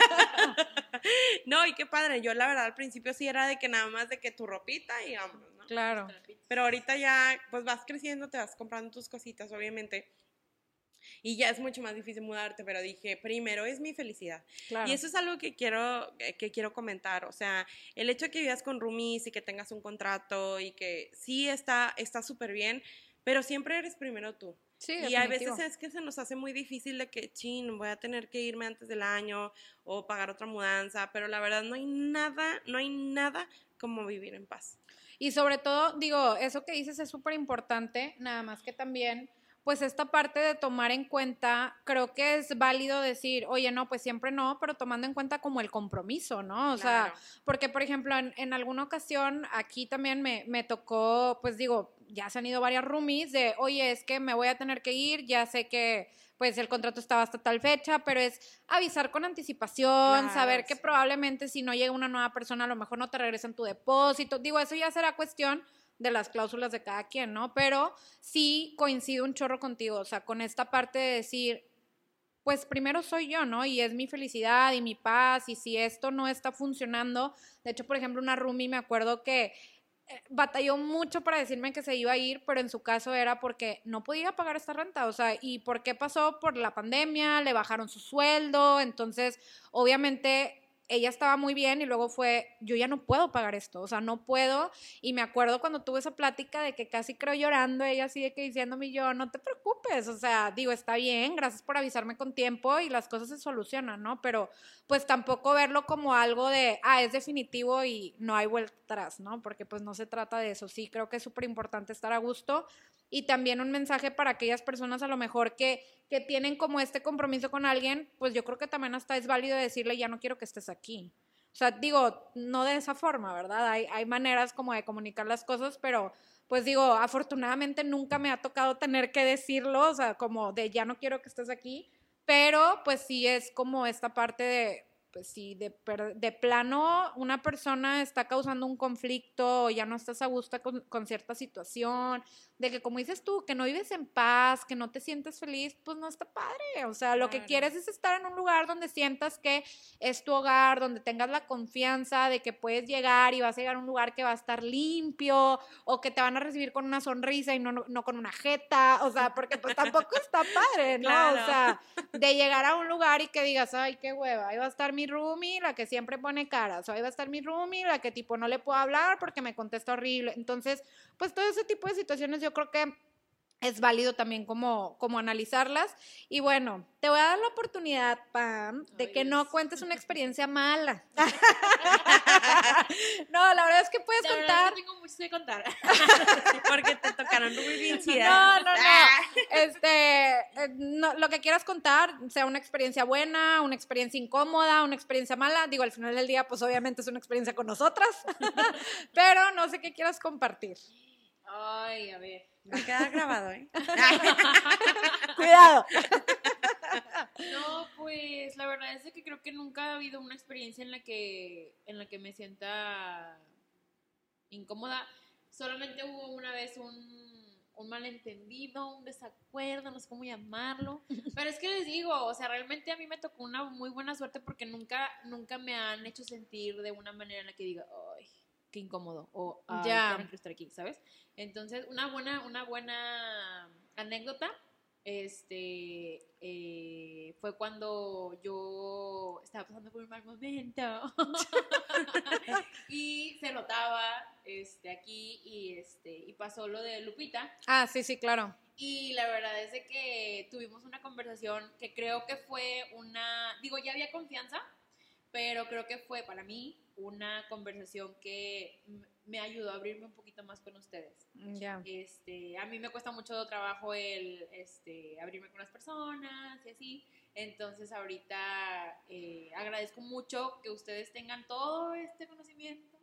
Speaker 2: No, y qué padre. Yo la verdad al principio sí era de que nada más de que tu ropita y vámonos, ¿no?
Speaker 1: Claro.
Speaker 2: Pero ahorita ya pues vas creciendo, te vas comprando tus cositas, obviamente. Y ya es mucho más difícil mudarte, pero dije, primero es mi felicidad. Claro. Y eso es algo que quiero, que quiero comentar. O sea, el hecho de que vivas con roomies y que tengas un contrato y que sí está súper bien, pero siempre eres primero tú.
Speaker 1: Sí,
Speaker 2: y a veces es que se nos hace muy difícil de que, chin, voy a tener que irme antes del año o pagar otra mudanza, pero la verdad no hay nada, no hay nada como vivir en paz.
Speaker 1: Y sobre todo, digo, eso que dices es súper importante, nada más que también... pues esta parte de tomar en cuenta, creo que es válido decir, oye, no, pues siempre no, pero tomando en cuenta como el compromiso, ¿no? O
Speaker 2: claro.
Speaker 1: sea, porque, por ejemplo, en, en alguna ocasión aquí también me, me tocó, pues digo, ya se han ido varias roomies de, oye, es que me voy a tener que ir, ya sé que pues el contrato estaba hasta tal fecha, pero es avisar con anticipación,
Speaker 2: claro,
Speaker 1: saber
Speaker 2: sí.
Speaker 1: que probablemente si no llega una nueva persona, a lo mejor no te regresan tu depósito, digo, eso ya será cuestión de las cláusulas de cada quien, ¿no? Pero sí coincido un chorro contigo, o sea, con esta parte de decir, pues primero soy yo, ¿no? Y es mi felicidad y mi paz, y si esto no está funcionando, de hecho, por ejemplo, una roomie me acuerdo que eh, batalló mucho para decirme que se iba a ir, pero en su caso era porque no podía pagar esta renta, o sea, ¿y por qué pasó? Por la pandemia, le bajaron su sueldo, entonces, obviamente... ella estaba muy bien y luego fue, yo ya no puedo pagar esto, o sea, no puedo. Y me acuerdo cuando tuve esa plática de que casi creo llorando, ella así de que diciéndome yo, no te preocupes, o sea, digo, está bien, gracias por avisarme con tiempo y las cosas se solucionan, ¿no? Pero pues tampoco verlo como algo de, ah, es definitivo y no hay vuelta atrás, ¿no? Porque pues no se trata de eso. Sí, creo que es súper importante estar a gusto. Y también un mensaje para aquellas personas a lo mejor que, que tienen como este compromiso con alguien, pues yo creo que también hasta es válido decirle, ya no quiero que estés aquí. O sea, digo, no de esa forma, ¿verdad? Hay, hay maneras como de comunicar las cosas, pero pues digo, afortunadamente nunca me ha tocado tener que decirlo, o sea, como de ya no quiero que estés aquí, pero pues sí es como esta parte de, pues sí, de, de plano una persona está causando un conflicto o ya no estás a gusto con, con cierta situación, de que como dices tú, que no vives en paz, que no te sientes feliz, pues no está padre. O sea, claro, lo que quieres es estar en un lugar donde sientas que es tu hogar, donde tengas la confianza de que puedes llegar y vas a llegar a un lugar que va a estar limpio o que te van a recibir con una sonrisa y no, no, no con una jeta, o sea, porque pues tampoco está padre, ¿no? Claro. O sea, de llegar a un lugar y que digas, ay, qué hueva, ahí va a estar mi roomie, la que siempre pone caras, o ahí va a estar mi roomie, la que tipo no le puedo hablar porque me contesta horrible. Entonces, pues todo ese tipo de situaciones yo creo que es válido también como, como analizarlas. Y bueno, te voy a dar la oportunidad, Pam, de Ay, que Dios. no cuentes una experiencia mala. No, la verdad es que puedes
Speaker 3: la
Speaker 1: contar.
Speaker 3: Es que tengo mucho que contar.
Speaker 2: Porque te tocaron muy bien chidas.
Speaker 1: No, no, no. Este, no, lo que quieras contar, sea una experiencia buena, una experiencia incómoda, una experiencia mala. Digo, al final del día, pues obviamente es una experiencia con nosotras. Pero no sé qué quieras compartir.
Speaker 3: Ay, a ver.
Speaker 2: Va a quedar grabado, ¿eh?
Speaker 1: Cuidado.
Speaker 3: No, pues la verdad es que creo que nunca ha habido una experiencia en la que en la que me sienta incómoda. Solamente hubo una vez un, un malentendido, un desacuerdo, no sé cómo llamarlo. Pero es que les digo, o sea, realmente a mí me tocó una muy buena suerte porque nunca, nunca me han hecho sentir de una manera en la que diga, ay, qué incómodo, o ay, ya no quiero estar aquí, ¿sabes? Entonces, una buena, una buena anécdota este eh, fue cuando yo estaba pasando por un mal momento y se notaba este, aquí y, este, y pasó lo de Lupita.
Speaker 1: Ah, sí, sí, claro.
Speaker 3: Y la verdad es de que tuvimos una conversación que creo que fue una, digo, ya había confianza, pero creo que fue para mí una conversación que me ayudó a abrirme un poquito más con ustedes.
Speaker 1: Yeah.
Speaker 3: Este, a mí me cuesta mucho trabajo el este, abrirme con las personas y así. Entonces ahorita eh, agradezco mucho que ustedes tengan todo este conocimiento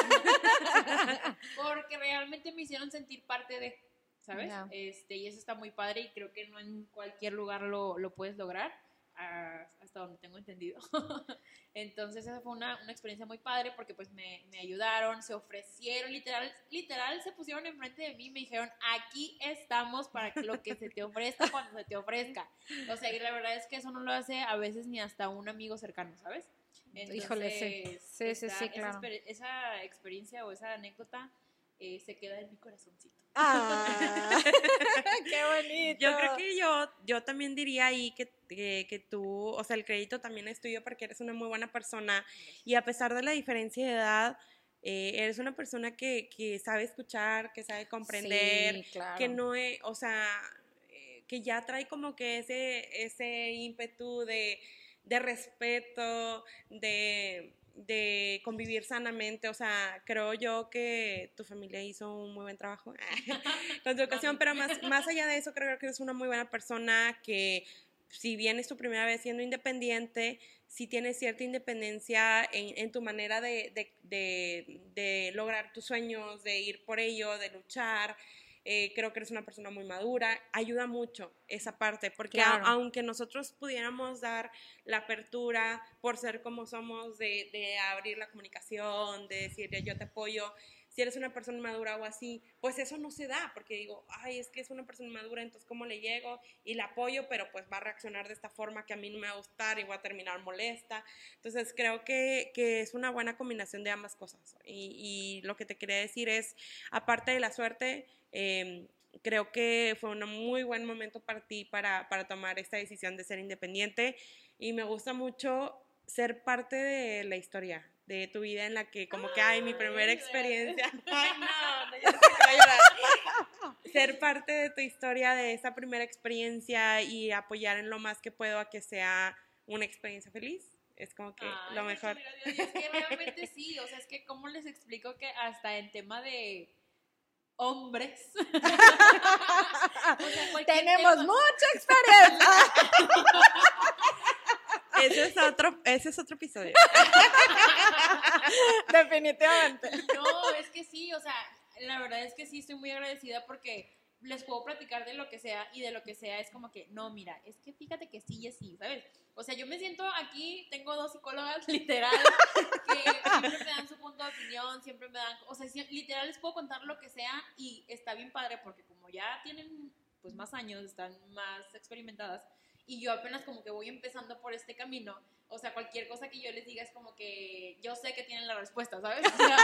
Speaker 3: porque realmente me hicieron sentir parte de, ¿sabes? Yeah. Este, y eso está muy padre y creo que no en cualquier lugar lo, lo puedes lograr. Hasta donde tengo entendido. Entonces esa fue una, una experiencia muy padre porque pues me, me ayudaron, se ofrecieron, literal, literal se pusieron enfrente de mí y me dijeron, aquí estamos para lo que se te ofrezca cuando se te ofrezca. O sea, y la verdad es que eso no lo hace a veces ni hasta un amigo cercano, ¿sabes? Entonces,
Speaker 1: híjole, sí, sí,
Speaker 3: esa,
Speaker 1: sí, sí, claro.
Speaker 3: Esa, esa experiencia o esa anécdota eh, se queda en mi corazoncito.
Speaker 1: Ah, qué bonito.
Speaker 2: Yo creo que yo, yo también diría ahí que, que, que tú, o sea, el crédito también es tuyo porque eres una muy buena persona y a pesar de la diferencia de edad, eh, eres una persona que, que sabe escuchar, que sabe comprender,
Speaker 1: sí, claro.
Speaker 2: que no es, o sea, eh, que ya trae como que ese, ese ímpetu de, de respeto, de... de convivir sanamente, o sea, creo yo que tu familia hizo un muy buen trabajo con tu educación, pero más, más allá de eso creo que eres una muy buena persona que si bien es tu primera vez siendo independiente, sí tienes cierta independencia en, en tu manera de, de, de, de lograr tus sueños, de ir por ello, de luchar. Eh, creo que eres una persona muy madura, ayuda mucho esa parte, porque claro. a, aunque nosotros pudiéramos dar la apertura por ser como somos, de, de abrir la comunicación, de decir yo te apoyo, si eres una persona madura o así, pues eso no se da, porque digo, ay, es que es una persona madura, entonces ¿cómo le llego? Y la apoyo, pero pues va a reaccionar de esta forma que a mí no me va a gustar y voy a terminar molesta. Entonces creo que, que es una buena combinación de ambas cosas. Y, y lo que te quería decir es, aparte de la suerte, eh, creo que fue un muy buen momento para ti para, para tomar esta decisión de ser independiente y me gusta mucho ser parte de la historia de tu vida en la que como que, ay, mi primera experiencia, ay, no, no, ya sé que me va a llorar. Ser parte de tu historia, de esa primera experiencia y apoyar en lo más que puedo a que sea una experiencia feliz, es como que
Speaker 3: Ay,
Speaker 2: lo mejor.
Speaker 3: Gracias, es que realmente sí, o sea, es que cómo les explico que hasta en tema de hombres, o sea,
Speaker 1: tenemos
Speaker 3: tema.
Speaker 1: mucha experiencia.
Speaker 2: Ese es otro, ese es otro episodio.
Speaker 1: Definitivamente.
Speaker 3: No, es que sí, o sea, la verdad es que sí estoy muy agradecida porque les puedo platicar de lo que sea y de lo que sea es como que, no, mira, es que fíjate que sí y así, ¿sabes? O sea, yo me siento aquí, tengo dos psicólogas, literal, que siempre me dan su punto de opinión, siempre me dan, o sea, si, literal les puedo contar lo que sea y está bien padre porque como ya tienen pues más años, están más experimentadas y yo apenas como que voy empezando por este camino, o sea, cualquier cosa que yo les diga es como que yo sé que tienen la respuesta, ¿sabes? O sea,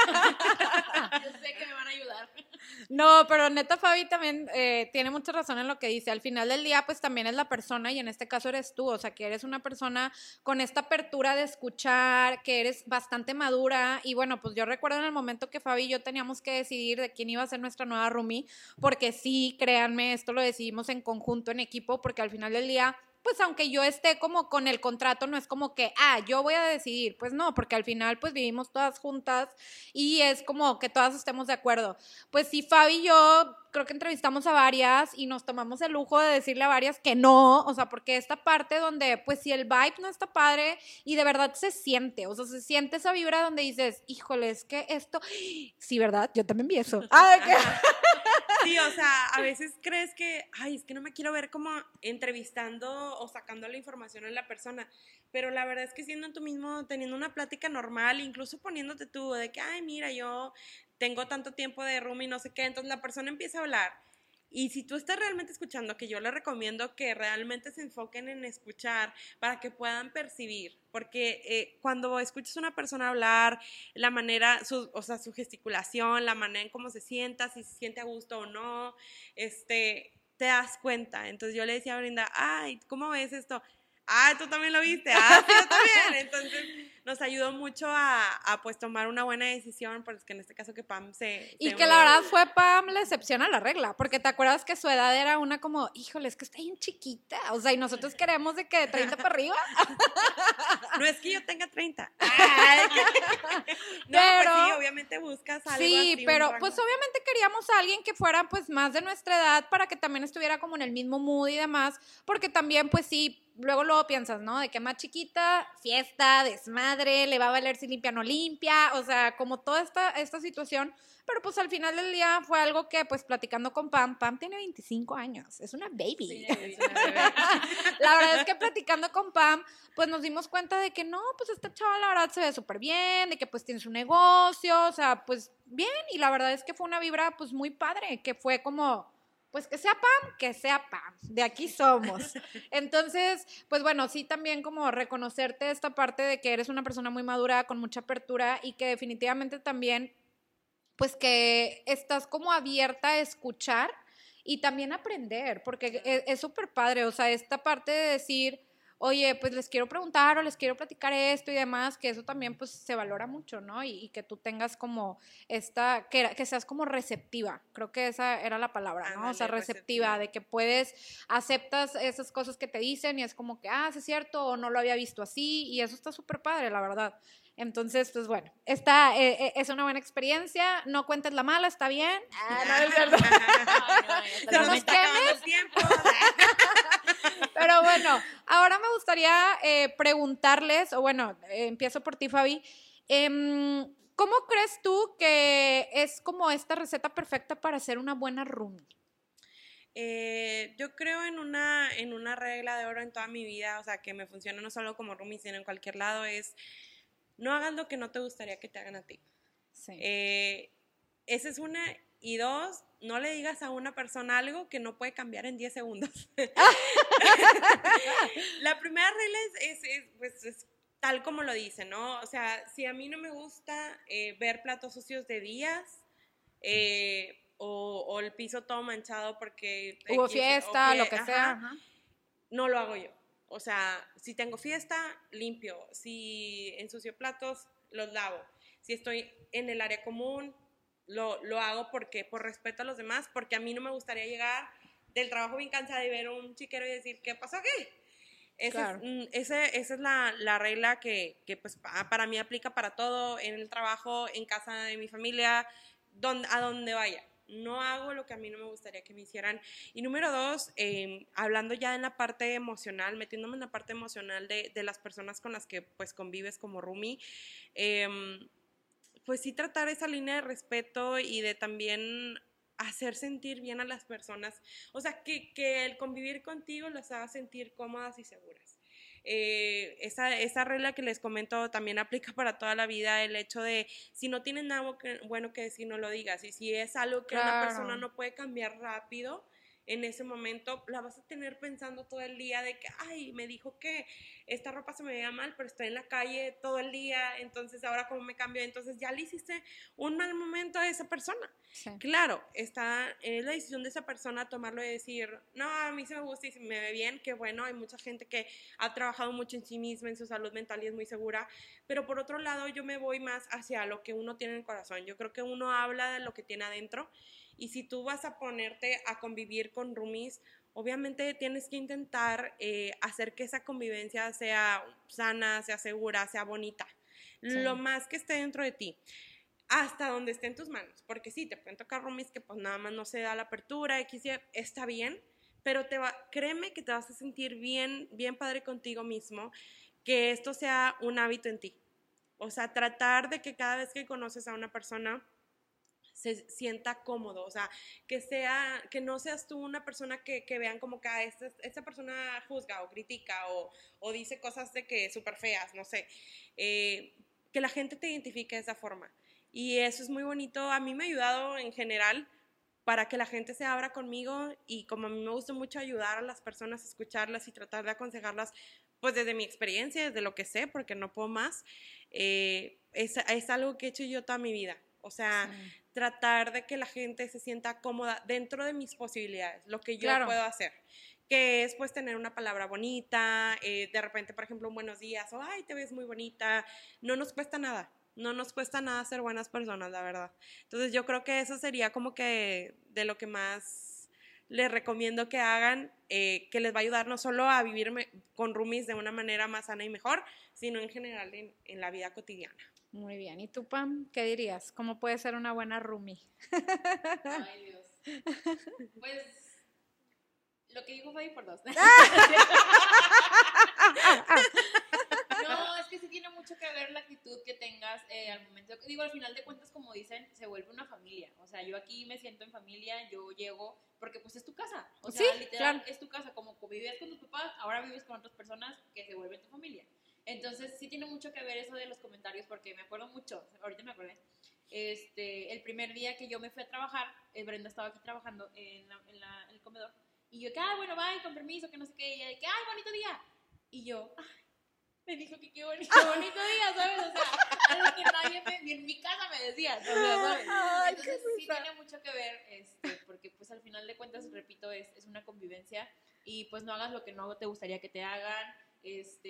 Speaker 3: yo sé que me van a ayudar.
Speaker 1: No, pero neta Fabi también eh, tiene mucha razón en lo que dice. Al final del día, pues también es la persona y en este caso eres tú, o sea, que eres una persona con esta apertura de escuchar, que eres bastante madura y bueno, pues yo recuerdo en el momento que Fabi y yo teníamos que decidir de quién iba a ser nuestra nueva roomie, porque sí, créanme, esto lo decidimos en conjunto, en equipo, porque al final del día pues aunque yo esté como con el contrato, no es como que, ah, yo voy a decidir, pues no, porque al final pues vivimos todas juntas y es como que todas estemos de acuerdo. Pues sí, Fabi y yo creo que entrevistamos a varias y nos tomamos el lujo de decirle a varias que no, o sea, porque esta parte donde pues si el vibe no está padre y de verdad se siente, o sea, se siente esa vibra donde dices, híjole, es que esto, sí, ¿verdad? Yo también vi eso. Ah, ¿qué?
Speaker 2: Sí, o sea, a veces crees que, ay, es que no me quiero ver como entrevistando o sacando la información en la persona, pero la verdad es que siendo tú mismo, teniendo una plática normal, incluso poniéndote tú de que, ay, mira, yo tengo tanto tiempo de roomie y no sé qué, entonces la persona empieza a hablar. Y si tú estás realmente escuchando, que yo les recomiendo que realmente se enfoquen en escuchar para que puedan percibir, porque eh, cuando escuchas a una persona hablar, la manera, su, o sea, su gesticulación, la manera en cómo se sienta, si se siente a gusto o no, este, te das cuenta. Entonces yo le decía a Brenda, ay, ¿cómo ves esto? Ah, tú también lo viste, ah, sí, yo también. Entonces nos ayudó mucho a, a pues tomar una buena decisión, porque en este caso que Pam se...
Speaker 1: Y
Speaker 2: se
Speaker 1: que
Speaker 2: unió.
Speaker 1: la verdad fue Pam la excepción a la regla, porque te acuerdas que su edad era una como, híjole, es que está bien chiquita, o sea, y nosotros queremos de que de treinta para arriba.
Speaker 2: No es que yo tenga treinta. Ay, no,
Speaker 1: pero,
Speaker 2: pues sí, obviamente buscas algo
Speaker 1: sí,
Speaker 2: así,
Speaker 1: pero
Speaker 2: un
Speaker 1: pues
Speaker 2: rango.
Speaker 1: obviamente queríamos a alguien que fuera pues más de nuestra edad para que también estuviera como en el mismo mood y demás, porque también pues sí, luego luego piensas, ¿no? De que más chiquita, fiesta, desmadre, le va a valer si limpia o no limpia, o sea, como toda esta, esta situación, pero pues al final del día fue algo que pues platicando con Pam, Pam tiene veinticinco años, es una baby.
Speaker 3: Sí, es una bebé.
Speaker 1: La verdad es que platicando con Pam, pues nos dimos cuenta de que no, pues esta chava la verdad se ve súper bien, de que pues tiene su negocio, o sea, pues bien, y la verdad es que fue una vibra pues muy padre, que fue como... Pues que sea Pam, que sea Pam, de aquí somos. Entonces, pues bueno, sí también como reconocerte esta parte de que eres una persona muy madura, con mucha apertura y que definitivamente también, pues que estás como abierta a escuchar y también aprender, porque es, es súper padre, o sea, esta parte de decir, oye, pues les quiero preguntar o les quiero platicar esto y demás, que eso también pues se valora mucho, ¿no? Y, y que tú tengas como esta, que, que seas como receptiva, creo que esa era la palabra, ¿no?
Speaker 2: Ándale,
Speaker 1: O sea, receptiva,
Speaker 2: receptiva.
Speaker 1: de que puedes, aceptas esas cosas que te dicen y es como que, ah, sí es cierto, o no lo había visto así, y eso está súper padre, la verdad. Entonces, pues bueno, esta eh, es una buena experiencia, no cuentes la mala, está bien. Ah, no, es cierto.
Speaker 3: Ay, no, ya
Speaker 2: Se
Speaker 3: está
Speaker 1: No
Speaker 2: nos
Speaker 1: nos
Speaker 2: está acabando el tiempo.
Speaker 1: Pero bueno, ahora me gustaría eh, preguntarles, o bueno, eh, empiezo por ti, Fabi. Em, ¿Cómo crees tú que es como esta receta perfecta para hacer una buena roomie?
Speaker 2: Eh, yo creo en una, en una regla de oro en toda mi vida, o sea, que me funciona no solo como roomie, sino en cualquier lado, es no hagas lo que no te gustaría que te hagan a ti.
Speaker 1: Sí.
Speaker 2: Eh, esa es una. Y dos, no le digas a una persona algo que no puede cambiar en diez segundos. La primera regla es, es, es, pues, es tal como lo dice, ¿no? O sea, si a mí no me gusta eh, ver platos sucios de días, eh, o, o el piso todo manchado porque...
Speaker 1: Hubo
Speaker 2: X,
Speaker 1: fiesta,
Speaker 2: o fie-
Speaker 1: lo que
Speaker 2: ajá,
Speaker 1: sea. Ajá.
Speaker 2: no lo hago yo. O sea, si tengo fiesta, limpio. Si ensucio platos, los lavo. Si estoy en el área común, lo, lo hago porque por respeto a los demás, porque a mí no me gustaría llegar del trabajo bien cansada y ver a un chiquero y decir, ¿qué pasó aquí? Esa, claro. es, ese, esa es la, la regla que, que pues, para mí aplica para todo, en el trabajo, en casa de mi familia, donde, a donde vaya. No hago lo que a mí no me gustaría que me hicieran. Y número dos, eh, hablando ya en la parte emocional, metiéndome en la parte emocional de, de las personas con las que pues convives como roomie, eh, pues sí tratar esa línea de respeto y de también hacer sentir bien a las personas, o sea, que, que el convivir contigo las haga sentir cómodas y seguras. Eh, esa, esa regla que les comento también aplica para toda la vida, el hecho de si no tienes nada que, bueno que decir, no lo digas, y si es algo que claro. una persona no puede cambiar rápido, en ese momento la vas a tener pensando todo el día de que, ay, me dijo que esta ropa se me veía mal, pero estoy en la calle todo el día, entonces ahora cómo me cambio, entonces ya le hiciste un mal momento a esa persona. Sí. Claro, está, es la decisión de esa persona tomarlo y decir, no, a mí se me gusta y se me ve bien, qué bueno, hay mucha gente que ha trabajado mucho en sí misma, en su salud mental y es muy segura, pero por otro lado yo me voy más hacia lo que uno tiene en el corazón. Yo creo que uno habla de lo que tiene adentro. Y si tú vas a ponerte a convivir con roomies, obviamente tienes que intentar eh, hacer que esa convivencia sea sana, sea segura, sea bonita. Sí. Lo más que esté dentro de ti, hasta donde esté en tus manos. Porque sí, te pueden tocar roomies que pues nada más no se da la apertura, X, Y, está bien, pero te va, créeme que te vas a sentir bien, bien padre contigo mismo, que esto sea un hábito en ti. O sea, tratar de que cada vez que conoces a una persona se sienta cómodo, o sea, que sea, que no seas tú una persona que, que vean como que ah, esta, esta persona juzga o critica o, o dice cosas de que súper feas, no sé, eh, que la gente te identifique de esa forma. Y eso es muy bonito, a mí me ha ayudado en general para que la gente se abra conmigo y como a mí me gusta mucho ayudar a las personas, escucharlas y tratar de aconsejarlas, pues desde mi experiencia, desde lo que sé, porque no puedo más, eh, es, es algo que he hecho yo toda mi vida. O sea, sí. tratar de que la gente se sienta cómoda dentro de mis posibilidades, lo que yo claro. puedo hacer, que es pues tener una palabra bonita, eh, de repente, por ejemplo, un buenos días, o ay, te ves muy bonita, no nos cuesta nada, no nos cuesta nada ser buenas personas, la verdad. Entonces yo creo que eso sería como que de lo que más les recomiendo que hagan, eh, que les va a ayudar no solo a vivir con roomies de una manera más sana y mejor, sino en general en, en la vida cotidiana.
Speaker 1: Muy bien. ¿Y tú, Pam, qué dirías? ¿Cómo puede ser una buena roomie?
Speaker 3: Ay, Dios. Pues, lo que dijo Fabi por dos. No, es que sí tiene mucho que ver la actitud que tengas eh, al momento. Digo, al final de cuentas, como dicen, se vuelve una familia. O sea, yo aquí me siento en familia, yo llego, porque pues es tu casa. O sea, sí, literal, claro. es tu casa. Como vivías con tus papás, ahora vives con otras personas que se vuelven tu familia. Entonces sí tiene mucho que ver eso de los comentarios, porque me acuerdo mucho, ahorita me acordé, este, el primer día que yo me fui a trabajar, eh, Brenda estaba aquí trabajando en, la, en, la, en el comedor, y yo que, ah, bueno, bye, con permiso, que no sé qué, y ella de que, ay, bonito día, y yo, ay, me dijo que qué bonito, bonito día, ¿sabes? O sea, algo que nadie me, ni en mi casa me decía, o sea, ¿sabes?
Speaker 1: Ay,
Speaker 3: entonces sí tiene mucho que ver, este, porque pues al final de cuentas, repito, es, es una convivencia, y pues no hagas lo que no te gustaría que te hagan, este,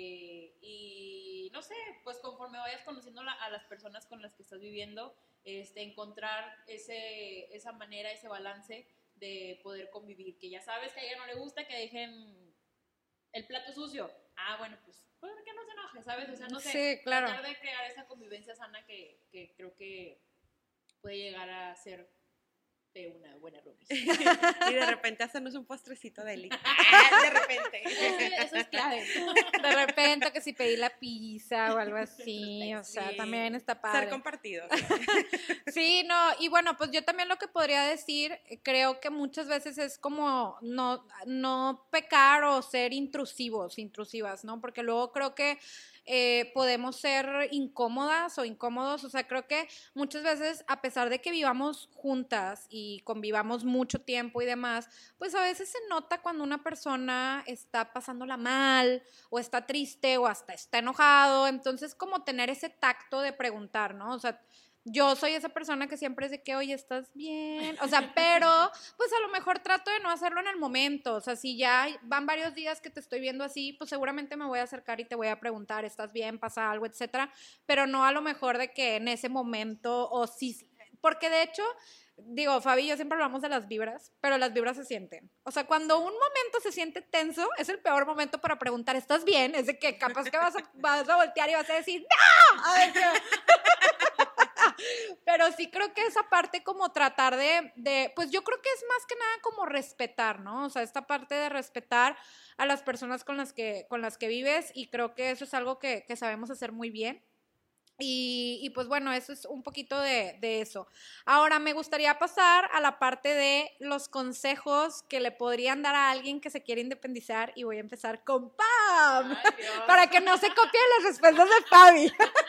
Speaker 3: y no sé, pues conforme vayas conociendo la, a las personas con las que estás viviendo, este, encontrar ese, esa manera, ese balance de poder convivir, que ya sabes que a ella no le gusta que dejen el plato sucio, ah, bueno, pues, pues que no se enoje, ¿sabes? O sea, no sé,
Speaker 1: sí, claro.
Speaker 3: tratar de crear esa convivencia sana que, que creo que puede llegar a ser de una buena roomie.
Speaker 2: Y de repente hacernos un postrecito de Eli. De repente.
Speaker 3: Eso, eso es clave.
Speaker 1: De repente que si pedí la pizza o algo así, o sea, sí. también está padre.
Speaker 2: Ser compartidos.
Speaker 1: Sí, no, y bueno, pues yo también lo que podría decir, creo que muchas veces es como no, no pecar o ser intrusivos, intrusivas, ¿no? Porque luego creo que Eh, podemos ser incómodas o incómodos, o sea, creo que muchas veces, a pesar de que vivamos juntas y convivamos mucho tiempo y demás, pues a veces se nota cuando una persona está pasándola mal, o está triste, o hasta está enojado, entonces como tener ese tacto de preguntar, ¿no? O sea, yo soy esa persona que siempre es de que, oye, ¿estás bien? O sea, pero pues a lo mejor trato de no hacerlo en el momento. O sea, si ya van varios días que te estoy viendo así, pues seguramente me voy a acercar y te voy a preguntar, ¿estás bien? ¿Pasa algo? Etcétera. Pero no a lo mejor de que en ese momento o sí, porque de hecho, digo, Fabi y yo siempre hablamos de las vibras, pero las vibras se sienten. O sea, cuando un momento se siente tenso, es el peor momento para preguntar, ¿estás bien? Es de que capaz que vas a, vas a voltear y vas a decir, ¡no! A ver, pero sí creo que esa parte como tratar de, de, pues yo creo que es más que nada como respetar, ¿no? O sea, esta parte de respetar a las personas con las que, con las que vives, y creo que eso es algo que, que sabemos hacer muy bien. Y, y pues bueno, eso es un poquito de, de eso. Ahora me gustaría pasar a la parte de los consejos que le podrían dar a alguien que se quiere independizar, y voy a empezar con Pam,
Speaker 3: Ay, Dios.
Speaker 1: para que no se copien las respuestas de Fabi.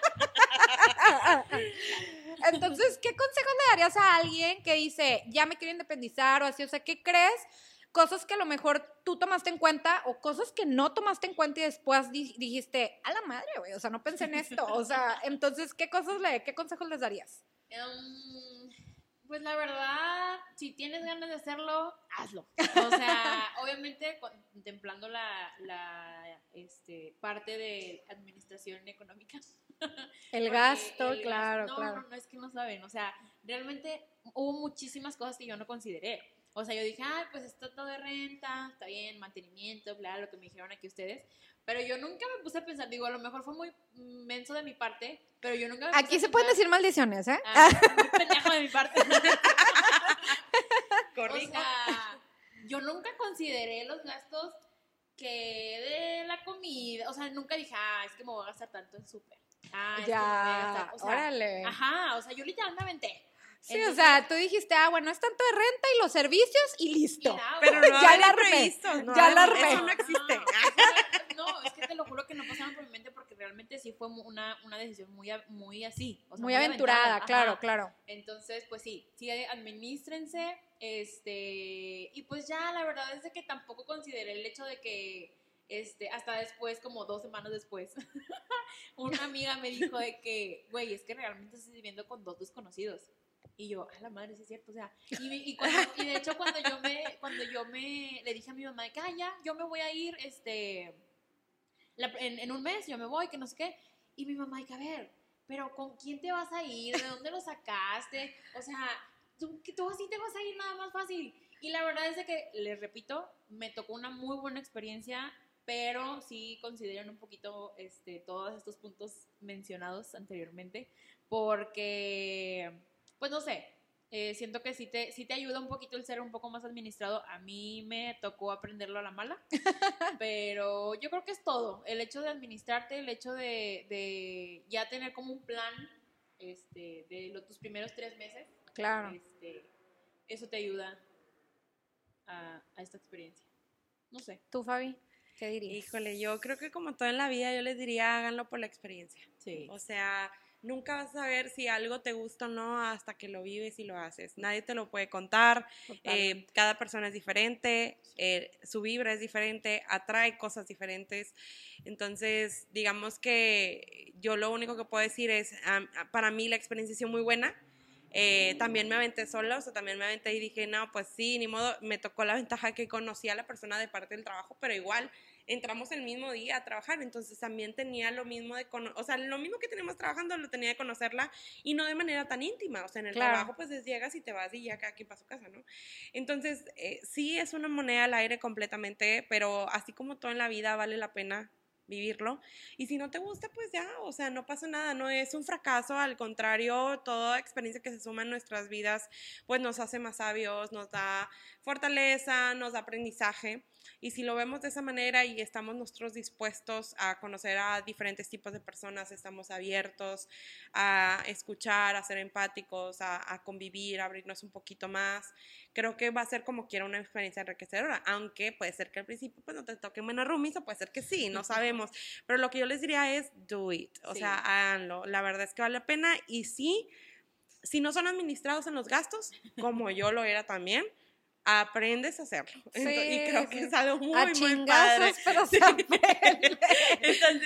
Speaker 1: Entonces, ¿qué consejos le darías a alguien que dice, ya me quiero independizar o así? O sea, ¿qué crees? Cosas que a lo mejor tú tomaste en cuenta o cosas que no tomaste en cuenta y después di- dijiste, a la madre, güey, o sea, no pensé en esto. O sea, entonces, ¿qué cosas le, qué consejos les darías?
Speaker 3: Um, pues la verdad, si tienes ganas de hacerlo, hazlo. O sea, obviamente contemplando la, la este, parte de administración económica.
Speaker 1: El
Speaker 3: Porque
Speaker 1: gasto,
Speaker 3: el
Speaker 1: claro,
Speaker 3: gasto- no,
Speaker 1: claro.
Speaker 3: No, no, es que no saben. O sea, realmente hubo muchísimas cosas que yo no consideré. O sea, yo dije, ay, pues está todo de renta, está bien, mantenimiento, bla, lo que me dijeron aquí ustedes. Pero yo nunca me puse a pensar, digo, a lo mejor fue muy menso de mi parte, pero yo nunca me puse
Speaker 1: Aquí
Speaker 3: a
Speaker 1: se pueden
Speaker 3: pensar-
Speaker 1: decir maldiciones, ¿eh?
Speaker 3: Ah, muy pendejo de mi parte.
Speaker 2: Corrijo.
Speaker 3: O sea, yo nunca consideré los gastos que de la comida, o sea, nunca dije, ah, es que me voy a gastar tanto en súper. Ah, es que me voy a
Speaker 1: Ya,
Speaker 3: gastar, o sea,
Speaker 1: órale.
Speaker 3: ajá, o sea, yo literal me aventé.
Speaker 1: Sí,
Speaker 3: Entonces,
Speaker 1: o sea, tú dijiste, ah, bueno, es tanto de renta y los servicios y listo.
Speaker 3: y nada,
Speaker 2: Pero
Speaker 3: güey.
Speaker 2: no
Speaker 1: Ya
Speaker 2: haber
Speaker 1: la armé,
Speaker 2: imprevistos, no
Speaker 1: ya
Speaker 2: haber-
Speaker 1: la armé.
Speaker 2: Eso no existe.
Speaker 3: Ajá. No, es que te lo juro que no pasaron por mi mente porque realmente sí fue una, una decisión muy, a- muy así. O sea,
Speaker 1: Muy aventurada,
Speaker 3: aventada,
Speaker 1: claro,
Speaker 3: ajá.
Speaker 1: claro.
Speaker 3: Entonces, pues sí, sí, administrense, este, y pues ya la verdad es de que tampoco consideré el hecho de que, este, hasta después, como dos semanas después, una amiga me dijo de que, güey, es que realmente estás viviendo con dos desconocidos. Y yo, a la madre, sí es cierto, o sea, y, y, cuando, y de hecho cuando yo me, cuando yo me, le dije a mi mamá de que, ah, ya, yo me voy a ir, este, la- en, en un mes, yo me voy, que no sé qué, y mi mamá, de que, a ver, pero ¿con quién te vas a ir? ¿De dónde lo sacaste? O sea, tú, que tú así te vas a ir nada más fácil. Y la verdad es de que, les repito, me tocó una muy buena experiencia, pero sí consideran un poquito este, todos estos puntos mencionados anteriormente, porque, pues no sé, eh, siento que sí te, sí te ayuda un poquito el ser un poco más administrado. A mí me tocó aprenderlo a la mala, pero yo creo que es todo. El hecho de administrarte, el hecho de, de ya tener como un plan este, de lo- tus primeros tres meses,
Speaker 1: Claro.
Speaker 3: este, eso te ayuda a, a esta experiencia. No sé.
Speaker 1: ¿Tú, Fabi? ¿Qué dirías?
Speaker 2: Híjole, yo creo que como todo en la vida, yo les diría, háganlo por la experiencia.
Speaker 3: Sí.
Speaker 2: O sea, nunca vas a saber si algo te gusta o no hasta que lo vives y lo haces. Nadie te lo puede contar. Eh, cada persona es diferente, eh, su vibra es diferente, atrae cosas diferentes. Entonces, digamos que yo lo único que puedo decir es, um, para mí la experiencia ha sido muy buena. Eh, también me aventé sola, o sea, también me aventé y dije, no, pues sí, ni modo, me tocó la ventaja que conocí a la persona de parte del trabajo, pero igual entramos el mismo día a trabajar, entonces también tenía lo mismo de, cono- o sea, lo mismo que tenemos trabajando, lo tenía de conocerla y no de manera tan íntima, o sea, en el
Speaker 1: Claro.
Speaker 2: trabajo pues es, llegas y te vas y ya cada quien para su casa, ¿no? Entonces, eh, sí es una moneda al aire completamente, pero así como todo en la vida vale la pena vivirlo, y si no te gusta, pues ya, o sea, no pasa nada, no es un fracaso, al contrario, toda experiencia que se suma en nuestras vidas, pues nos hace más sabios, nos da fortaleza, nos da aprendizaje, y si lo vemos de esa manera y estamos nosotros dispuestos a conocer a diferentes tipos de personas, estamos abiertos a escuchar, a ser empáticos, a, a convivir, a abrirnos un poquito más, creo que va a ser como quiera una experiencia enriquecedora, aunque puede ser que al principio pues no te toquen buenas roomies o puede ser que sí, no sabemos, pero lo que yo les diría es do it, o
Speaker 3: Sí.
Speaker 2: sea, háganlo, la verdad es que vale la pena, y sí, si no son administrados en los gastos, como yo lo era también, aprendes a hacerlo,
Speaker 1: Sí,
Speaker 2: Entonces, y creo que
Speaker 1: sí.
Speaker 2: es algo muy,
Speaker 1: A
Speaker 2: muy
Speaker 1: chingazos,
Speaker 2: padre.
Speaker 1: pero se
Speaker 2: Sí.
Speaker 1: aprende.
Speaker 2: Entonces,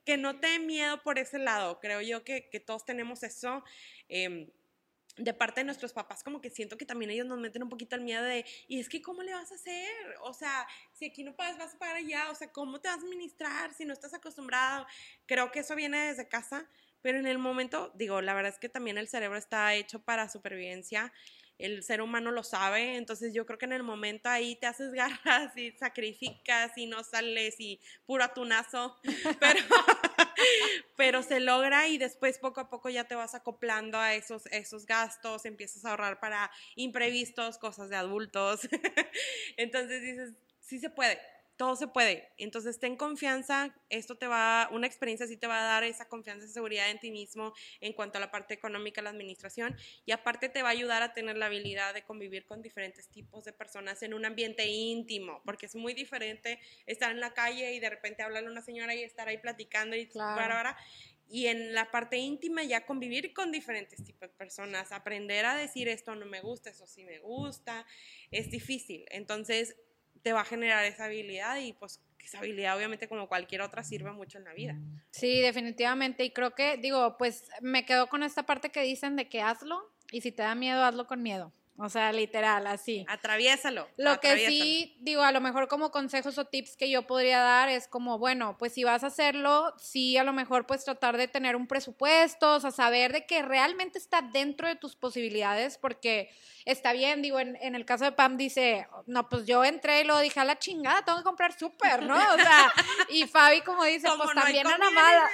Speaker 2: que no te dé miedo por ese lado. Creo yo que, que todos tenemos eso. Eh, de parte de nuestros papás, como que siento que también ellos nos meten un poquito el miedo de, y es que ¿cómo le vas a hacer? O sea, si aquí no pagas, vas a pagar allá, o sea, ¿cómo te vas a administrar si no estás acostumbrado? Creo que eso viene desde casa, pero en el momento, digo, la verdad es que también el cerebro está hecho para supervivencia, el ser humano lo sabe, entonces yo creo que en el momento ahí te haces garras y sacrificas y no sales y puro atunazo, pero, pero se logra y después poco a poco ya te vas acoplando a esos, esos gastos, empiezas a ahorrar para imprevistos, cosas de adultos, entonces dices, sí se puede. Todo se puede, entonces ten confianza, esto te va, una experiencia así te va a dar esa confianza y seguridad en ti mismo en cuanto a la parte económica, la administración, y aparte te va a ayudar a tener la habilidad de convivir con diferentes tipos de personas en un ambiente íntimo, porque es muy diferente estar en la calle y de repente hablarle a una señora y estar ahí platicando y
Speaker 1: claro.
Speaker 2: bárbara, y en la parte íntima ya convivir con diferentes tipos de personas, aprender a decir esto no me gusta, eso sí me gusta, es difícil, entonces te va a generar esa habilidad y pues esa habilidad obviamente como cualquier otra sirve mucho en la vida.
Speaker 1: Sí, definitivamente, y creo que, digo, pues me quedo con esta parte que dicen de que hazlo, y si te da miedo, hazlo con miedo. O sea, literal, así.
Speaker 2: Atraviésalo.
Speaker 1: Lo
Speaker 2: atraviésalo.
Speaker 1: que sí, digo, a lo mejor como consejos o tips que yo podría dar es como, bueno, pues si vas a hacerlo, sí, a lo mejor pues tratar de tener un presupuesto, o sea, saber de que realmente está dentro de tus posibilidades, porque está bien, digo, en, en el caso de Pam dice, no, pues yo entré y lo dije a la chingada, tengo que comprar súper, ¿no? O sea, y Fabi como dice,
Speaker 2: como
Speaker 1: pues
Speaker 2: no
Speaker 1: también
Speaker 2: Ana
Speaker 1: Mala.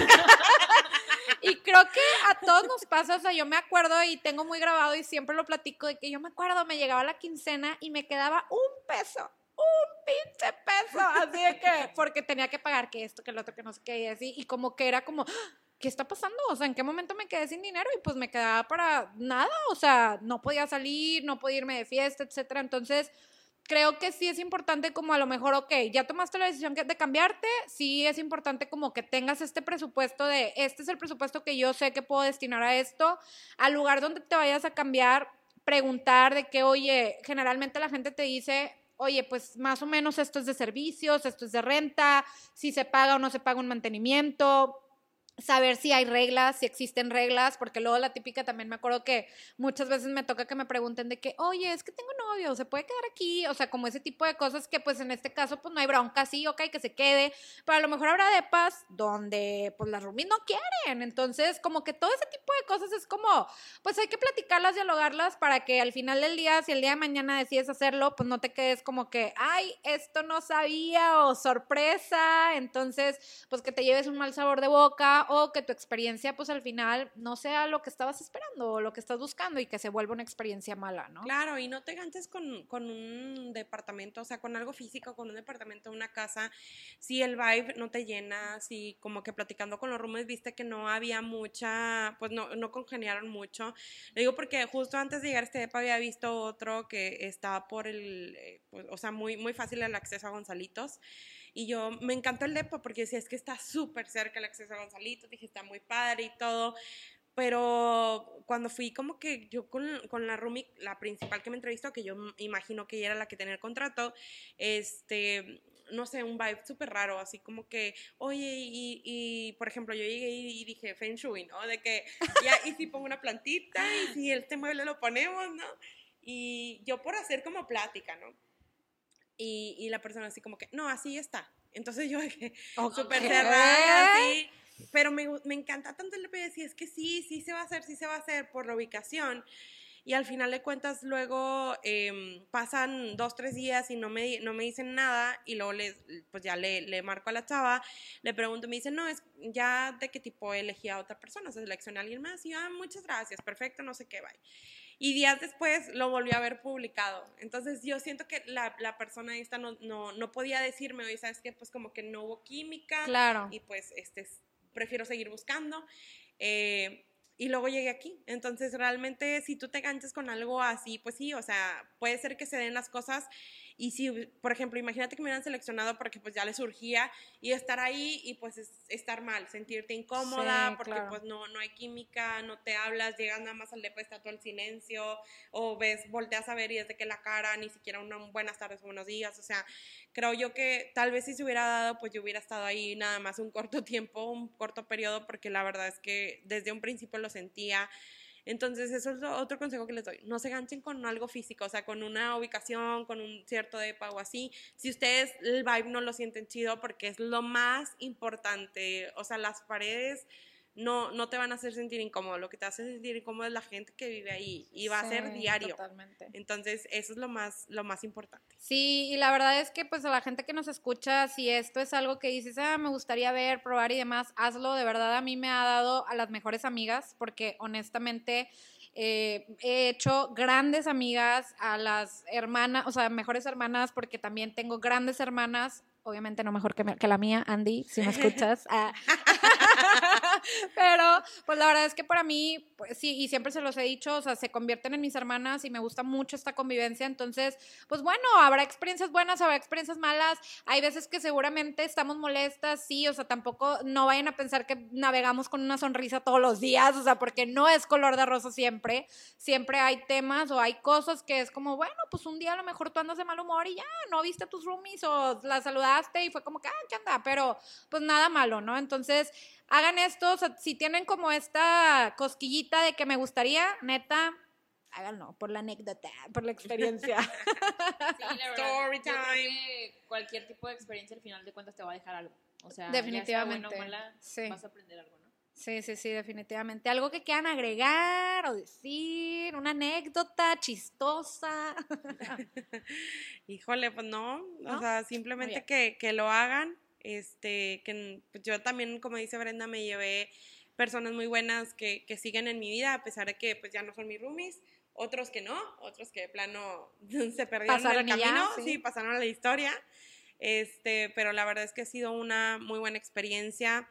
Speaker 1: Y creo que a todos nos pasa, o sea, yo me acuerdo y tengo muy grabado y siempre lo platico de que yo me acuerdo, me llegaba la quincena y me quedaba un peso, un pinche peso, así de que, porque tenía que pagar que esto, que el otro, que no sé qué, y así, y como que era como, ¿qué está pasando? O sea, ¿en qué momento me quedé sin dinero? Y pues me quedaba para nada, o sea, no podía salir, no podía irme de fiesta, etcétera, entonces creo que sí es importante como a lo mejor, ok, ya tomaste la decisión de cambiarte, sí es importante como que tengas este presupuesto de, este es el presupuesto que yo sé que puedo destinar a esto, al lugar donde te vayas a cambiar, preguntar de que, oye, generalmente la gente te dice, oye, pues más o menos esto es de servicios, esto es de renta, si se paga o no se paga un mantenimiento, saber si hay reglas, si existen reglas, porque luego la típica también me acuerdo que muchas veces me toca que me pregunten de que, oye, es que tengo novio, ¿se puede quedar aquí? O sea, como ese tipo de cosas que pues en este caso pues no hay bronca, sí, ok, que se quede, pero a lo mejor habrá depas donde pues las roomies no quieren, entonces como que todo ese tipo de cosas es como, pues hay que platicarlas, dialogarlas para que al final del día, si el día de mañana decides hacerlo, pues no te quedes como que, ay, esto no sabía o sorpresa, entonces pues que te lleves un mal sabor de boca o que tu experiencia pues al final no sea lo que estabas esperando o lo que estás buscando y que se vuelva una experiencia mala, ¿no?
Speaker 2: Claro, y no te ganches con, con un departamento, o sea, con algo físico, con un departamento, una casa, si el vibe no te llena, si como que platicando con los roommates viste que no había mucha, pues no, no congeniaron mucho. Lo digo porque justo antes de llegar a este depa había visto otro que estaba por el, eh, pues, o sea, muy, muy fácil el acceso a Gonzalitos. Y yo, me encantó el depa porque decía, es que está súper cerca el acceso a Gonzalitos, dije, está muy padre y todo, pero cuando fui como que yo con, con la roomie, la principal que me entrevistó, que yo imagino que ella era la que tenía el contrato, este, no sé, un vibe súper raro, así como que, oye, y, y por ejemplo, yo llegué y dije Feng Shui, ¿no? De que, ya, y si pongo una plantita, y si este mueble lo ponemos, ¿no? Y yo por hacer como plática, ¿no? Y, y la persona así como que, no, así está. Entonces yo dije,
Speaker 1: Okay.
Speaker 2: súper cerrada, así. Pero me, me encanta tanto el P D, es que sí, sí se va a hacer, sí se va a hacer por la ubicación. Y al final de cuentas luego eh, pasan dos, tres días y no me, no me dicen nada y luego les, pues ya le, le marco a la chava, le pregunto, me dicen, no, es ya de qué tipo elegí a otra persona, o sea, seleccioné a alguien más y yo, ah, muchas gracias, perfecto, no sé qué, bye. Y días después lo volví a ver publicado. Entonces yo siento que la, la persona esta no, no, no podía decirme, oye, ¿sabes qué? Pues como que no hubo química.
Speaker 1: Claro.
Speaker 2: Y pues este, prefiero seguir buscando. Eh, y luego llegué aquí. Entonces, realmente, si tú te enganchas con algo así, pues sí, o sea, puede ser que se den las cosas. Y si, por ejemplo, imagínate que me hubieran seleccionado porque pues ya les surgía y estar ahí y pues es, estar mal, sentirte incómoda,
Speaker 1: Sí,
Speaker 2: porque
Speaker 1: claro.
Speaker 2: pues no, no hay química, no te hablas, llegas nada más al depa, está todo el silencio, o ves, volteas a ver y desde que la cara, ni siquiera una buenas tardes o buenos días. O sea, creo yo que tal vez si se hubiera dado, pues yo hubiera estado ahí nada más un corto tiempo, un corto periodo, porque la verdad es que desde un principio lo sentía. Entonces, eso es otro consejo que les doy. No se ganchen con algo físico, o sea, con una ubicación, con un cierto depa o así. Si ustedes el vibe no lo sienten chido, porque es lo más importante. O sea, las paredes no, no te van a hacer sentir incómodo. Lo que te hace sentir incómodo es la gente que vive ahí y va
Speaker 1: Sí,
Speaker 2: a ser diario.
Speaker 1: Totalmente.
Speaker 2: Entonces, eso es lo más, lo más importante.
Speaker 1: Sí, y la verdad es que pues a la gente que nos escucha, si esto es algo que dices, ah, me gustaría ver, probar y demás, hazlo. De verdad a mí me ha dado a las mejores amigas, porque honestamente eh, he hecho grandes amigas, a las hermanas, o sea, mejores hermanas, porque también tengo grandes hermanas, obviamente no mejor que, me, que la mía, Andy, si me escuchas. Ah. Pero, pues la verdad es que para mí, pues sí, y siempre se los he dicho, o sea, se convierten en mis hermanas y me gusta mucho esta convivencia. Entonces, pues bueno, habrá experiencias buenas, habrá experiencias malas. Hay veces que seguramente estamos molestas, sí, o sea, tampoco no vayan a pensar que navegamos con una sonrisa todos los días, o sea, porque no es color de rosa siempre. Siempre hay temas o hay cosas que es como, bueno, pues un día a lo mejor tú andas de mal humor y ya, no viste a tus roomies o la saludaste y fue como que, ah, ¿qué onda? Pero, pues nada malo, ¿no? Entonces, hagan esto, o sea, si tienen como esta cosquillita de que me gustaría, neta, háganlo, por la anécdota, por la experiencia.
Speaker 3: Sí, la verdad,
Speaker 2: Story
Speaker 3: yo creo
Speaker 2: time.
Speaker 3: que cualquier tipo de experiencia al final de cuentas te va a dejar algo. O sea,
Speaker 1: Definitivamente,
Speaker 3: ya sea bueno o mala,
Speaker 1: sí.
Speaker 3: vas a aprender algo, ¿no?
Speaker 1: Sí, sí, sí, definitivamente. Algo que quieran agregar o decir, una anécdota chistosa.
Speaker 2: Híjole, pues no,
Speaker 1: ¿No?
Speaker 2: o sea, simplemente
Speaker 1: Muy
Speaker 2: que, que lo hagan. Este, que pues yo también, como dice Brenda, me llevé personas muy buenas que, que siguen en mi vida, a pesar de que pues ya no son mis roomies, otros que no, otros que de plano se perdieron
Speaker 1: Pasaron
Speaker 2: en el
Speaker 1: y ya,
Speaker 2: camino,
Speaker 1: sí.
Speaker 2: sí, pasaron a la historia. Este, pero la verdad es que ha sido una muy buena experiencia.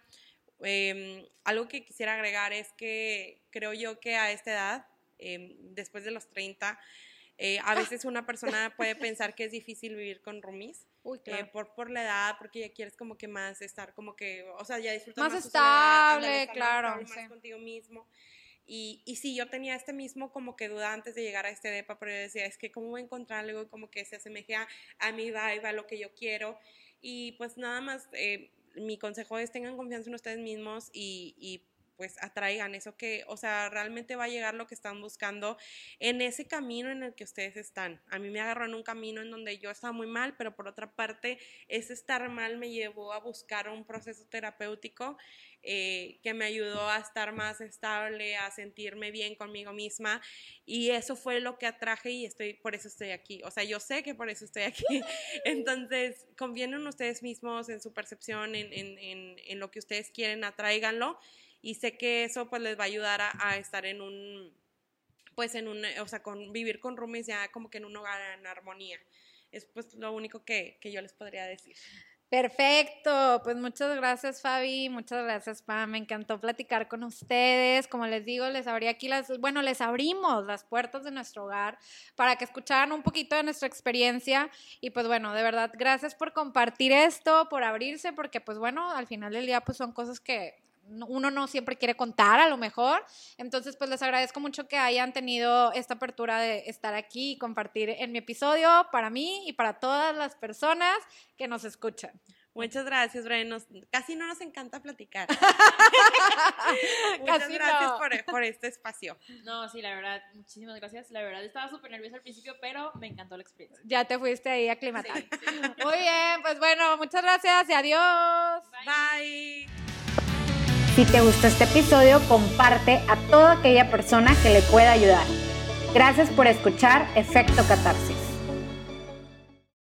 Speaker 2: Eh, algo que quisiera agregar es que creo yo que a esta edad, eh, después de los treinta, eh, a veces una persona puede pensar que es difícil vivir con roomies.
Speaker 1: Uy, claro.
Speaker 2: Eh, por, por la edad, porque ya quieres como que más estar como que, o sea, ya disfrutar
Speaker 1: Más
Speaker 2: más tu
Speaker 1: estable,
Speaker 2: soledad, ándale, estar
Speaker 1: claro,
Speaker 2: más, estable,
Speaker 1: sí.
Speaker 2: más contigo mismo. Y, y sí, yo tenía este mismo como que duda antes de llegar a este depa, pero yo decía, es que cómo voy a encontrar algo como que se asemeje a, a mi vibe, a lo que yo quiero. Y pues nada más, eh, mi consejo es tengan confianza en ustedes mismos y, y pues atraigan eso que, o sea, realmente va a llegar lo que están buscando en ese camino en el que ustedes están. A mí me agarró en un camino en donde yo estaba muy mal, pero por otra parte, ese estar mal me llevó a buscar un proceso terapéutico eh, que me ayudó a estar más estable, a sentirme bien conmigo misma, y eso fue lo que atraje y estoy, por eso estoy aquí. O sea, yo sé que por eso estoy aquí. Entonces, confíen en ustedes mismos, en su percepción, en, en, en, en lo que ustedes quieren, atráiganlo. Y sé que eso pues les va a ayudar a, a estar en un, pues en un, o sea, con vivir con roomies ya como que en un hogar en armonía. Es pues lo único que, que yo les podría decir.
Speaker 1: Perfecto, pues muchas gracias Fabi, muchas gracias Pam, me encantó platicar con ustedes. Como les digo, les abrí aquí las, bueno, les abrimos las puertas de nuestro hogar para que escucharan un poquito de nuestra experiencia y pues bueno, de verdad, gracias por compartir esto, por abrirse, porque pues bueno, al final del día pues son cosas que uno no siempre quiere contar a lo mejor, entonces pues les agradezco mucho que hayan tenido esta apertura de estar aquí y compartir en mi episodio para mí y para todas las personas que nos escuchan.
Speaker 2: Muchas gracias, Bren. Nos, casi no nos encanta platicar. Muchas
Speaker 1: Casi
Speaker 2: gracias
Speaker 1: no.
Speaker 2: por, por este espacio.
Speaker 3: No, sí, la verdad, muchísimas gracias. La verdad, estaba súper nerviosa al principio, pero me encantó la experiencia.
Speaker 1: Ya te fuiste ahí a aclimatar.
Speaker 3: Sí, sí.
Speaker 1: Muy bien, pues bueno, muchas gracias y adiós.
Speaker 2: Bye.
Speaker 4: Si te gustó este episodio, comparte a toda aquella persona que le pueda ayudar. Gracias por escuchar Efecto Catarsis.